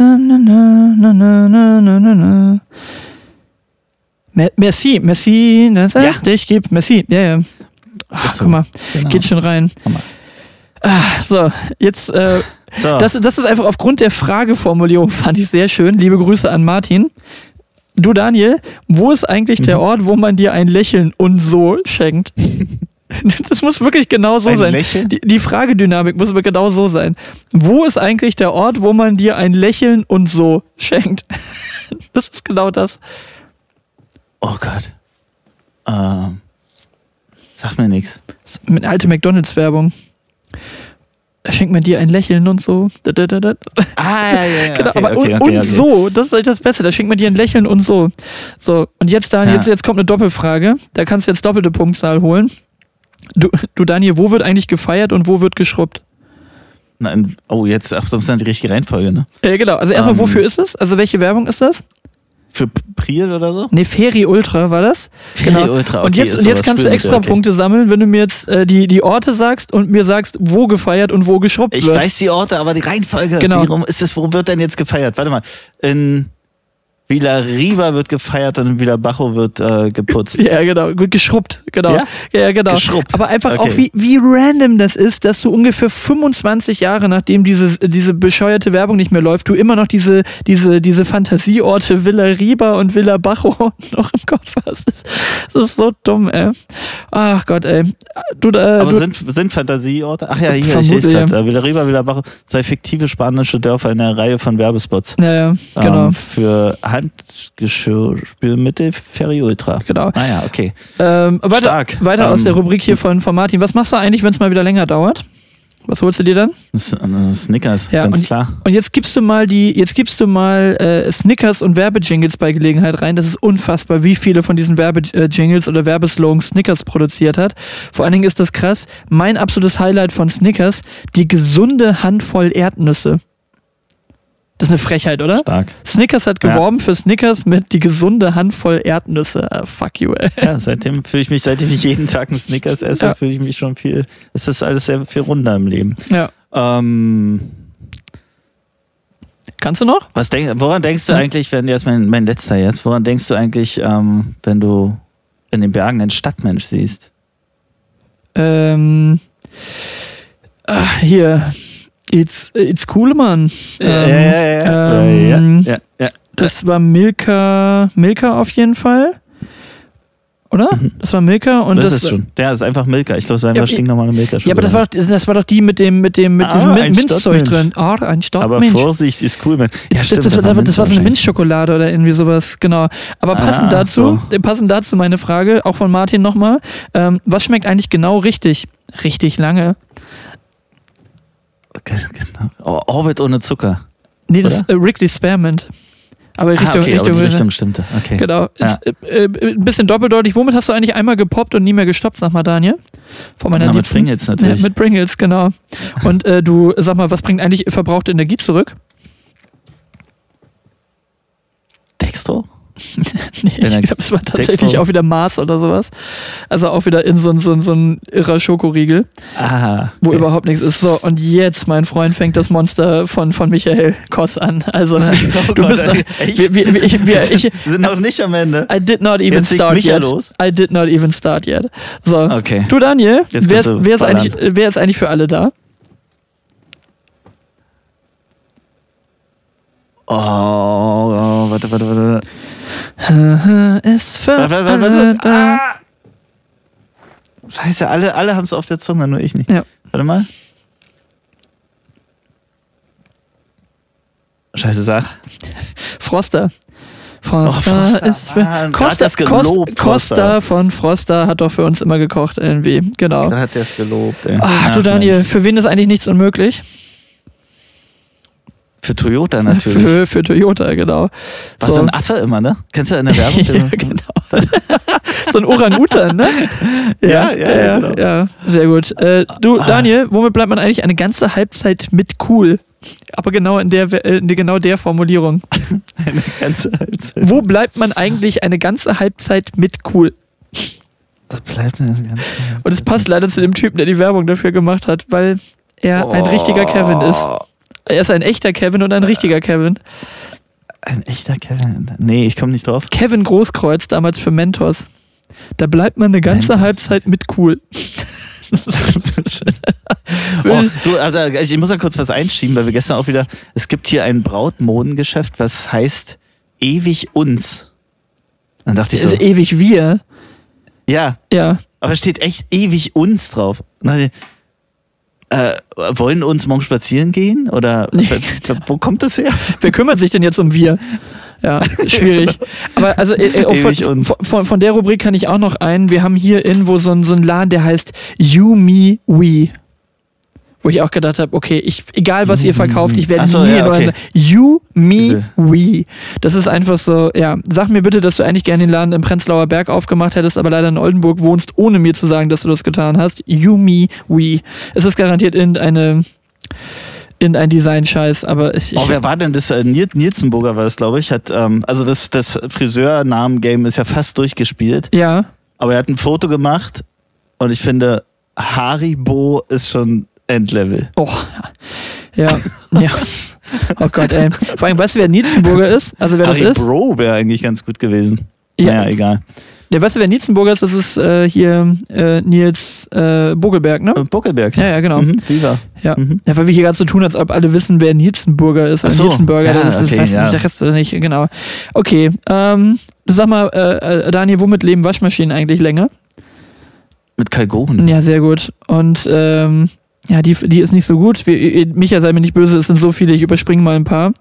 S1: Merci, dass es dich gibt. Merci, ja. Ach, so, guck mal, genau. Geht schon rein. So, jetzt, Das ist einfach aufgrund der Frageformulierung, fand ich sehr schön. Liebe Grüße an Martin. Du, Daniel, wo ist eigentlich der Ort, wo man dir ein Lächeln und so schenkt? Das muss wirklich genau so sein. Die Fragedynamik muss aber genau so sein. Wo ist eigentlich der Ort, wo man dir ein Lächeln und so schenkt? Das ist genau das.
S2: Oh Gott. Sag mir nichts.
S1: Mit alte McDonalds-Werbung. Da schenkt man dir ein Lächeln und so. Ja. Genau, okay, aber so, das ist das Beste. Da schenkt man dir ein Lächeln und so. So, und jetzt, Daniel, jetzt kommt eine Doppelfrage. Da kannst du jetzt doppelte Punktzahl holen. Du Daniel, wo wird eigentlich gefeiert und wo wird geschrubbt?
S2: Nein, das ist dann die richtige Reihenfolge, ne?
S1: Ja, genau. Also erstmal, wofür ist es? Also welche Werbung ist das?
S2: Für Priel oder so?
S1: Ne, Feri Ultra war das.
S2: Feri Ultra, okay.
S1: Und jetzt kannst du extra Punkte sammeln, wenn du mir jetzt die Orte sagst und mir sagst, wo gefeiert und wo geschrubbt wird.
S2: Ich weiß die Orte, aber die Reihenfolge,
S1: genau.
S2: Wo wird denn jetzt gefeiert? Warte mal, in Villarriba wird gefeiert und in Villabajo wird geputzt.
S1: Ja, genau, wird geschrubbt, genau. Ja, genau.
S2: Geschrubbt.
S1: Aber einfach auch, wie random das ist, dass du ungefähr 25 Jahre, nachdem diese bescheuerte Werbung nicht mehr läuft, du immer noch diese Fantasieorte Villarriba und Villabajo noch im Kopf hast. Das ist so dumm, ey. Ach Gott, ey.
S2: Sind Fantasieorte? Ach ja, hier, ich sehe es gerade. Villarriba, Villabajo, 2 fiktive spanische Dörfer in einer Reihe von Werbespots.
S1: Ja, genau.
S2: Für Handgeschirrspülmittel Feri Ultra.
S1: Genau.
S2: Ah ja, okay.
S1: Weiter aus der Rubrik hier von Martin. Was machst du eigentlich, wenn es mal wieder länger dauert? Was holst du dir dann?
S2: Snickers,
S1: ja,
S2: ganz klar.
S1: Und jetzt gibst du mal Snickers und Werbejingles bei Gelegenheit rein. Das ist unfassbar, wie viele von diesen Werbejingles oder Werbeslogans Snickers produziert hat. Vor allen Dingen ist das krass. Mein absolutes Highlight von Snickers, die gesunde Handvoll Erdnüsse. Das ist eine Frechheit, oder?
S2: Stark.
S1: Snickers hat geworben für Snickers mit die gesunde Handvoll Erdnüsse. Fuck you, ey.
S2: Ja, seitdem ich jeden Tag einen Snickers esse, fühle ich mich schon viel, es ist alles sehr viel runder im Leben.
S1: Ja. Kannst du noch?
S2: Woran denkst du eigentlich, wenn jetzt mein letzter jetzt, woran denkst du eigentlich, wenn du in den Bergen einen Stadtmensch siehst?
S1: Hier. It's cool, Mann.
S2: Ja.
S1: Das war Milka auf jeden Fall. Oder? Das war Milka und
S2: das ist schon. Der ist einfach Milka. Ich glaube, es ist einfach stinknormale Milka.
S1: Ja, aber das war doch die mit diesem Minzzeug drin. Ein Stadtmensch.
S2: Aber Vorsicht, ist cool.
S1: Ja, das war so eine Minzschokolade oder irgendwie sowas, genau. Aber passend dazu meine Frage, auch von Martin nochmal. Was schmeckt eigentlich genau richtig? Richtig lange.
S2: Genau. Orbit ohne Zucker.
S1: Nee, das ist Wrigley's Spearmint. Aber Richtung
S2: stimmte. Okay.
S1: Genau. Ja. Ein bisschen doppeldeutig. Womit hast du eigentlich einmal gepoppt und nie mehr gestoppt, sag mal, Daniel?
S2: Mit Pringles natürlich.
S1: Ja, mit Pringles, genau. Und du, sag mal, was bringt eigentlich verbrauchte Energie zurück?
S2: Dextro?
S1: Nee, ich glaube, es war tatsächlich auch wieder Mars oder sowas. Also auch wieder in so ein irrer Schokoriegel, wo überhaupt nichts ist. So, und jetzt, mein Freund, fängt das Monster von Michael Koss an. Also, du bist noch...
S2: Wir sind noch nicht am Ende.
S1: I did not even start yet. So,
S2: okay.
S1: Du, Daniel, wer ist eigentlich für alle da?
S2: Warte.
S1: Ist für alle da.
S2: Scheiße, alle haben es auf der Zunge, nur ich nicht.
S1: Ja.
S2: Warte mal. Scheiße, sag.
S1: Froster ist für... Costa von Froster hat doch für uns immer gekocht irgendwie, genau.
S2: Da hat der es gelobt, ey.
S1: Du Daniel, Mensch. Für wen ist eigentlich nichts unmöglich?
S2: Für Toyota natürlich.
S1: Für Toyota, genau.
S2: War so ein Affe immer, ne? Kennst du in der Werbung?
S1: Ja, genau. So ein Orang-Utan, ne?
S2: Genau.
S1: Ja, sehr gut. Du, Daniel, womit bleibt man eigentlich eine ganze Halbzeit mit cool? Aber genau in der Formulierung.
S2: Eine ganze Halbzeit.
S1: Wo bleibt man eigentlich eine ganze Halbzeit mit cool?
S2: Das bleibt eine ganze Halbzeit.
S1: Und es passt leider zu dem Typen, der die Werbung dafür gemacht hat, weil er ein richtiger Kevin ist. Er ist ein echter Kevin und ein richtiger Kevin.
S2: Ein echter Kevin? Nee, ich komme nicht drauf.
S1: Kevin Großkreuz, damals für Mentos. Da bleibt man eine ganze Halbzeit mit cool.
S2: Ich muss da kurz was einschieben, weil wir gestern auch wieder... Es gibt hier ein Brautmodengeschäft, was heißt ewig uns. Dann dachte ich so...
S1: Also ewig wir?
S2: Ja. Aber steht echt ewig uns drauf. Und dann dachte ich, wollen uns morgen spazieren gehen? Oder wo kommt das her?
S1: Wer kümmert sich denn jetzt um wir? Ja, schwierig. Aber also von der Rubrik kann ich auch noch einen. Wir haben hier irgendwo so einen Laden, der heißt You, Me, We. Wo ich auch gedacht habe, okay, egal was ihr verkauft, ich werde You, Me, We. Das ist einfach so, ja, sag mir bitte, dass du eigentlich gerne den Laden im Prenzlauer Berg aufgemacht hättest, aber leider in Oldenburg wohnst, ohne mir zu sagen, dass du das getan hast. You, Me, We. Es ist garantiert irgendein Design-Scheiß, aber
S2: wer war denn das? Nielsenburger war das, glaube ich. Also das Friseurnamen-Game ist ja fast durchgespielt.
S1: Ja.
S2: Aber er hat ein Foto gemacht und ich finde, Haribo ist schon Endlevel.
S1: Oh, ja. Oh Gott, ey. Vor allem, weißt du, wer Nielsenburger ist? Also wer das ist?
S2: Haribo wäre eigentlich ganz gut gewesen. Ja. Naja, egal.
S1: Ja, weißt du, wer Nielsenburger ist? Das ist hier Nils Bogelberg, ne?
S2: Bogelberg.
S1: Ja, genau.
S2: Viva.
S1: Ja. Ja, weil wir hier gerade so tun, als ob alle wissen, wer Nielsenburger ist.
S2: So.
S1: Nielsenburger,
S2: ja,
S1: das
S2: okay,
S1: weiß der Rest nicht, genau. Okay, sag mal, Daniel, womit leben Waschmaschinen eigentlich länger?
S2: Mit Kalgonen.
S1: Ja, sehr gut. Und ja, die ist nicht so gut. Micha, sei mir nicht böse, es sind so viele, ich überspringe mal ein paar.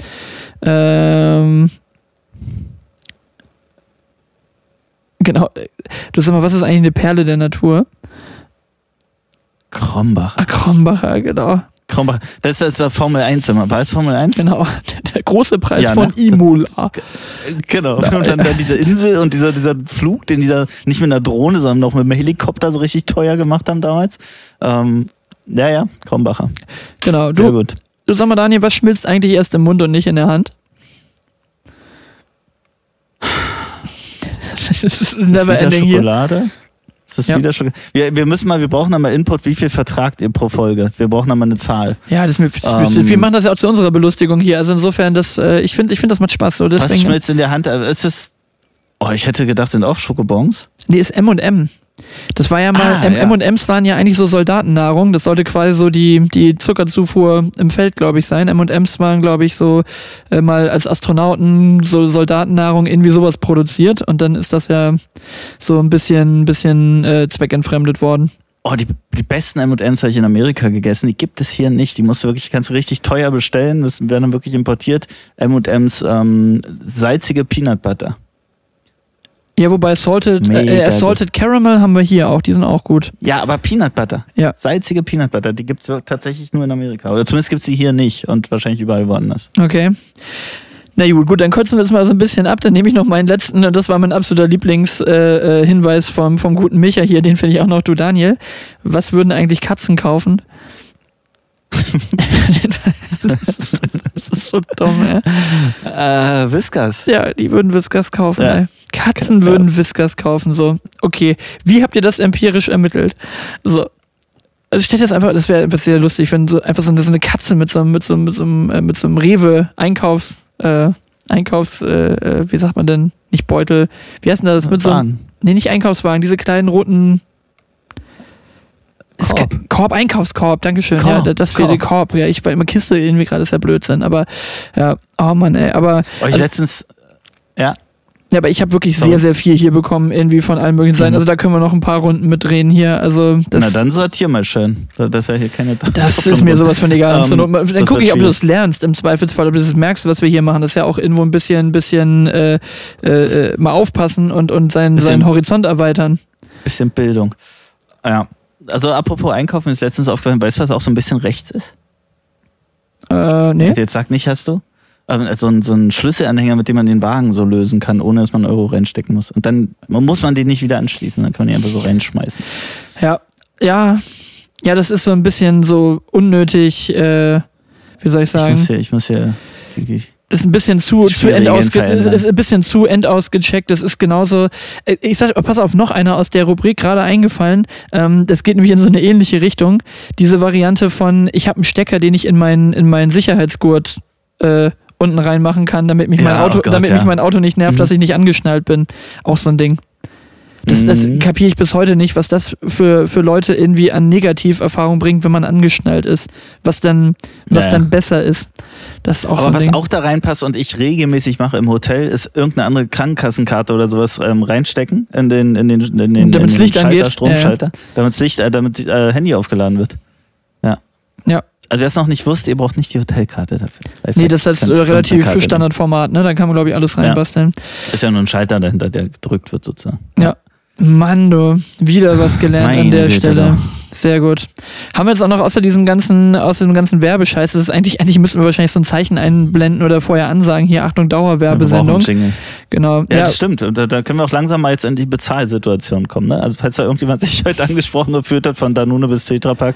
S1: Genau. Du sag mal, was ist eigentlich eine Perle der Natur?
S2: Krombacher.
S1: Krombacher, genau.
S2: Krombacher. Das ist das Formel 1 immer. War es Formel 1?
S1: Genau, der große Preis von Imola.
S2: Genau. Und dann diese Insel und dieser Flug, den dieser nicht mit einer Drohne, sondern noch mit einem Helikopter so richtig teuer gemacht haben damals. Ja, Krombacher.
S1: Genau.
S2: Sehr gut.
S1: Du sag mal, Daniel, was schmilzt eigentlich erst im Mund und nicht in der Hand? Das ist never ending
S2: Schokolade?
S1: Hier.
S2: Ist das wieder Schokolade? Wir brauchen da mal Input, wie viel vertragt ihr pro Folge? Wir brauchen da mal eine Zahl.
S1: Ja, wir machen das ja auch zu unserer Belustigung hier. Also insofern, ich finde, das macht Spaß. So.
S2: Was schmilzt in der Hand? Ist es... ich hätte gedacht, sind auch Schokobons?
S1: Nee, ist M&M. Das war ja mal, M&M's waren ja eigentlich so Soldatennahrung. Das sollte quasi so die Zuckerzufuhr im Feld, glaube ich, sein. M&M's waren, glaube ich, so mal als Astronauten so Soldatennahrung irgendwie sowas produziert. Und dann ist das ja so ein bisschen zweckentfremdet worden.
S2: Oh, die besten M&M's habe ich in Amerika gegessen. Die gibt es hier nicht. Die kannst du richtig teuer bestellen. Das werden dann wirklich importiert. M&M's salzige Peanut Butter.
S1: Ja, wobei Salted Caramel haben wir hier auch, die sind auch gut.
S2: Ja, aber Peanut Butter, salzige Peanut Butter, die gibt es tatsächlich nur in Amerika. Oder zumindest gibt es sie hier nicht und wahrscheinlich überall woanders.
S1: Okay. Na gut, dann kürzen wir das mal so ein bisschen ab. Dann nehme ich noch meinen letzten, und das war mein absoluter Lieblingshinweis vom guten Micha hier, den finde ich auch noch, du Daniel. Was würden eigentlich Katzen kaufen? Das ist so dumm,
S2: Whiskas.
S1: Ja, die würden Whiskas kaufen, ey. Katzen würden Whiskas kaufen, so. Okay, wie habt ihr das empirisch ermittelt? So. Also stellt das einfach, das wäre sehr lustig, wenn so einfach so eine Katze mit so einem Rewe wie sagt man denn? Nicht Beutel. Wie heißt denn das? Mit so einem, nicht Einkaufswagen, diese kleinen roten Einkaufskorb, dankeschön.
S2: Korb,
S1: ja, das fehlt Korb. Ja, ich war immer Kiste irgendwie gerade, ist ja Blödsinn, aber ja, oh Mann, ey, aber.
S2: Letztens, ja.
S1: Ja, aber ich habe wirklich sehr, sehr viel hier bekommen, irgendwie von allen möglichen Seiten. Also da können wir noch ein paar Runden mitreden hier. Also das,
S2: na dann sortier mal schön. Das ist ja hier keine
S1: Das ist mir sowas von egal. Dann gucke ich, ob du das lernst im Zweifelsfall, ob du das merkst, was wir hier machen. Das ist ja auch irgendwo ein bisschen mal aufpassen und seinen Horizont erweitern.
S2: Bisschen Bildung. Ja. Also apropos Einkaufen, ist letztens aufgefallen, weißt du, was auch so ein bisschen rechts ist?
S1: Nee.
S2: Jetzt sag nicht, hast du? So ein Schlüsselanhänger, mit dem man den Wagen so lösen kann, ohne dass man einen Euro reinstecken muss. Und dann muss man den nicht wieder anschließen, dann kann man den einfach so reinschmeißen.
S1: Ja, das ist so ein bisschen so unnötig, wie soll ich sagen?
S2: Ich muss hier
S1: ist ein bisschen zu endausgecheckt. Das ist genauso. Ich sag, pass auf, noch einer aus der Rubrik gerade eingefallen. Das geht nämlich in so eine ähnliche Richtung. Diese Variante von, ich habe einen Stecker, den ich in meinen Sicherheitsgurt unten reinmachen kann, damit mich mein Auto nicht nervt, dass ich nicht angeschnallt bin. Auch so ein Ding. Das kapiere ich bis heute nicht, was das für Leute irgendwie an Negativerfahrung bringt, wenn man angeschnallt ist. Was dann besser ist. Das ist auch so ein
S2: was
S1: Ding.
S2: auch da reinpasst und ich regelmäßig mache im Hotel, ist irgendeine andere Krankenkassenkarte oder sowas reinstecken in den Schalter, Stromschalter, damit Handy aufgeladen wird. Ja. Also wer es noch nicht wusste, ihr braucht nicht die Hotelkarte dafür.
S1: Nee, das ist relativ für Standardformat, ne? Da kann man, glaube ich, alles reinbasteln.
S2: Ist ja nur ein Schalter dahinter, der gedrückt wird sozusagen.
S1: Ja. Mann, du, wieder was gelernt an der Stelle. Doch. Sehr gut. Haben wir jetzt auch noch außer dem ganzen Werbescheiß, das ist eigentlich müssen wir wahrscheinlich so ein Zeichen einblenden oder vorher ansagen, hier, Achtung, Dauerwerbesendung. Genau.
S2: Ja, das stimmt. Und da können wir auch langsam mal jetzt in die Bezahlsituation kommen, ne? Also falls da irgendjemand sich heute angesprochen gefühlt hat, von Danone bis Tetra Pak,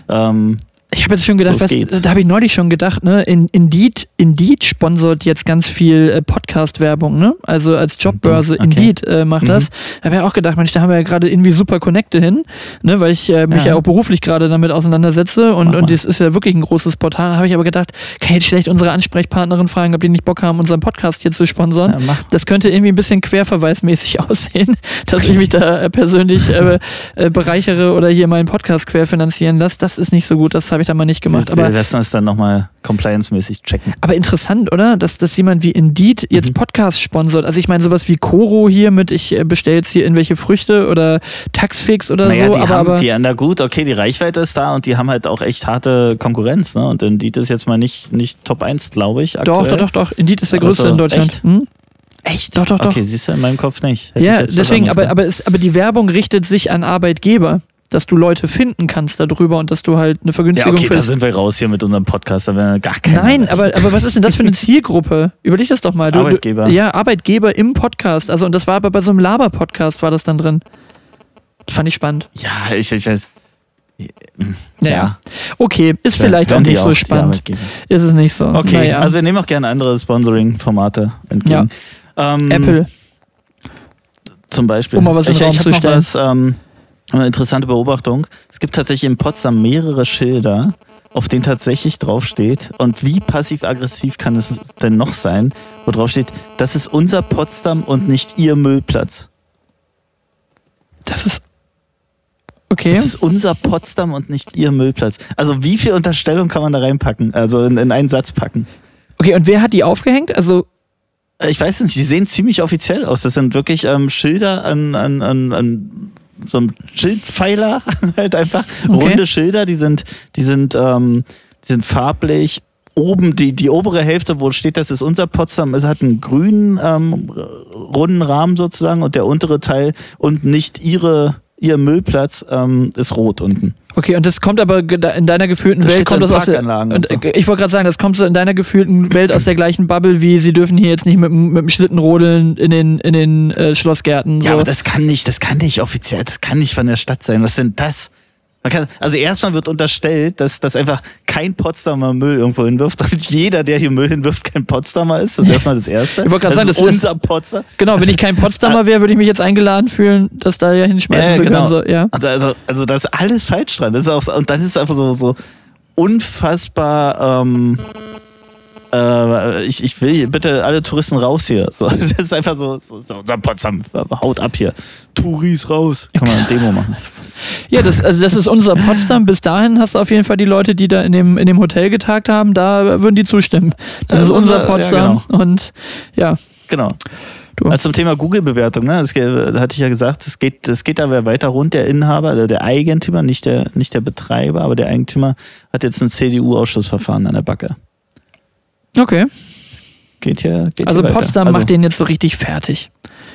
S1: ich habe jetzt schon gedacht, da habe ich neulich schon gedacht, ne? Indeed sponsort jetzt ganz viel Podcast-Werbung, ne? Also als Jobbörse, okay. Indeed macht das. Da habe ich auch gedacht, Mensch, da haben wir ja gerade irgendwie super Connecte hin, ne? Weil ich mich ja auch beruflich gerade damit auseinandersetze und das ist ja wirklich ein großes Portal. Da habe ich aber gedacht, kann ich jetzt schlecht unsere Ansprechpartnerin fragen, ob die nicht Bock haben, unseren Podcast hier zu sponsoren. Ja, das könnte irgendwie ein bisschen querverweismäßig aussehen, dass ich mich da persönlich bereichere oder hier meinen Podcast querfinanzieren lasse. Das ist nicht so gut, das habe ich da mal nicht gemacht.
S2: Wir lassen uns dann nochmal compliance-mäßig checken.
S1: Aber interessant, oder? Dass jemand wie Indeed jetzt Podcast sponsort. Also ich meine, sowas wie Koro hier mit, ich bestelle jetzt hier irgendwelche Früchte oder Taxfix oder so.
S2: Die Reichweite ist da und die haben halt auch echt harte Konkurrenz, ne? Und Indeed ist jetzt mal nicht Top 1, glaube ich, aktuell.
S1: Doch. Indeed ist der größte in Deutschland.
S2: Echt?
S1: Doch.
S2: Okay, siehst du, in meinem Kopf nicht.
S1: Ja, deswegen, aber die Werbung richtet sich an Arbeitgeber. dass du Leute finden kannst darüber und dass du halt eine Vergünstigung
S2: da sind wir raus hier mit unserem Podcast, da werden gar keine.
S1: Nein, aber was ist denn das für eine Zielgruppe? Überleg das doch mal.
S2: Arbeitgeber.
S1: Arbeitgeber im Podcast. Also, und das war aber bei so einem Laber-Podcast war das dann drin. Das fand ich spannend.
S2: Ja, ich weiß.
S1: Ja. Okay, ist vielleicht auch nicht so spannend. Ist es nicht so.
S2: Okay, also wir nehmen auch gerne andere Sponsoring-Formate entgegen.
S1: Ja. Apple.
S2: Zum Beispiel.
S1: Um mal was in den Raum zu stellen.
S2: Eine interessante Beobachtung. Es gibt tatsächlich in Potsdam mehrere Schilder, auf denen tatsächlich draufsteht, und wie passiv-aggressiv kann es denn noch sein, wo drauf steht, das ist unser Potsdam und nicht Ihr Müllplatz.
S1: Das ist okay.
S2: Das ist unser Potsdam und nicht Ihr Müllplatz. Also wie viel Unterstellung kann man da reinpacken? Also in einen Satz packen.
S1: Okay, und wer hat die aufgehängt? Also
S2: ich weiß nicht, die sehen ziemlich offiziell aus. Das sind wirklich Schilder an so einem Schildpfeiler, halt einfach runde Schilder, die sind farblich. Oben die obere Hälfte, wo steht, das ist unser Potsdam, es hat einen grünen runden Rahmen sozusagen, und der untere Teil und nicht ihr Müllplatz ist rot unten.
S1: Okay, und das kommt aber in deiner gefühlten Welt, kommt das aus der, und so. Ich wollte gerade sagen, das kommt so in deiner gefühlten Welt aus der gleichen Bubble, wie sie dürfen hier jetzt nicht mit dem Schlitten rodeln in den Schlossgärten. So.
S2: Ja, aber das kann nicht offiziell, das kann nicht von der Stadt sein. Was denn das? Also erstmal wird unterstellt, dass einfach kein Potsdamer Müll irgendwo hinwirft, und jeder, der hier Müll hinwirft, kein Potsdamer ist. Das ist erstmal das Erste.
S1: Ich wollte gerade sagen,
S2: das ist unser Potsdam.
S1: Genau, wenn ich kein Potsdamer wäre, würde ich mich jetzt eingeladen fühlen, das da ja hinschmeißen zu können. Genau. So, ja.
S2: Also da ist alles falsch dran. Das ist auch, und dann ist es einfach so unfassbar. Ich will bitte alle Touristen raus hier. So, das ist einfach so Potsdam, haut ab hier. Touris raus. Kann man eine Demo machen.
S1: Ja, das ist unser Potsdam. Bis dahin hast du auf jeden Fall die Leute, die da in dem Hotel getagt haben, da würden die zustimmen. Das ist unser Potsdam. Ja, genau. Und ja.
S2: Genau. Also zum Thema Google-Bewertung, ne? Das hatte ich ja gesagt, es geht aber weiter rund. Der Inhaber, also der Eigentümer, nicht der Betreiber, aber der Eigentümer hat jetzt ein CDU-Ausschussverfahren an der Backe.
S1: Okay.
S2: Geht
S1: also
S2: hier
S1: Potsdam macht den jetzt so richtig fertig.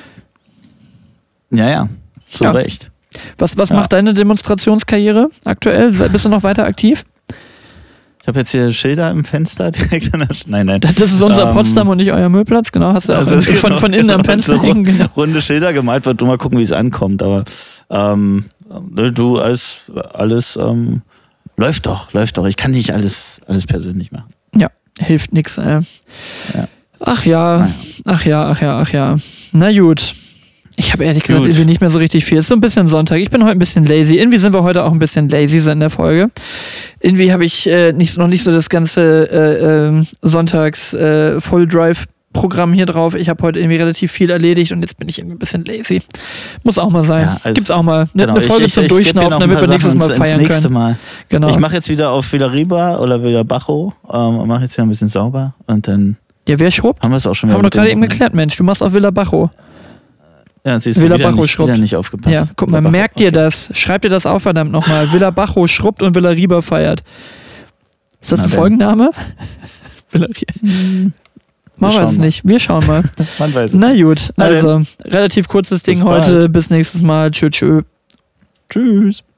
S2: Ja, zu Recht.
S1: Was macht deine Demonstrationskarriere aktuell? Bist du noch weiter aktiv?
S2: Ich habe jetzt hier Schilder im Fenster direkt. Nein.
S1: Das ist unser Potsdam und nicht euer Müllplatz, genau. Hast du auch von innen am Fenster hängen. Genau.
S2: Runde Schilder gemalt wird, mal gucken, wie es ankommt. Aber du alles läuft doch. Ich kann nicht alles persönlich machen.
S1: Ja, hilft nix. Ja. Ach ja. Na gut. Ich habe ehrlich gesagt irgendwie nicht mehr so richtig viel. Es ist so ein bisschen Sonntag. Ich bin heute ein bisschen lazy. Irgendwie sind wir heute auch ein bisschen lazy in der Folge. Irgendwie habe ich noch nicht so das ganze Sonntags Full Drive Programm hier drauf. Ich habe heute irgendwie relativ viel erledigt und jetzt bin ich irgendwie ein bisschen lazy. Muss auch mal sein. Ja, also Gibt's auch mal. Eine Folge zum Durchschnaufen, damit wir nächstes Mal feiern können. Mal. Genau.
S2: Ich mache jetzt wieder auf Villa-Riba oder Villa-Bajo und mache jetzt wieder ein bisschen sauber und dann.
S1: Ja, wer schrubbt?
S2: Haben wir es auch schon wieder.
S1: Haben wir doch gerade eben geklärt, Mensch. Du machst auf Villa-Bajo.
S2: Ja, siehst du, wieder nicht aufgepasst.
S1: Ja, guck mal, merkt dir das. Schreib dir das auf, verdammt nochmal. Villa-Bajo schrubbt und Villa-Riba feiert. Ist das ein Folgenname? Man weiß es nicht. Wir schauen mal.
S2: Man weiß es.
S1: Na gut, also relativ kurzes Ding heute. Bis nächstes Mal. Tschüss.
S2: Tschüss.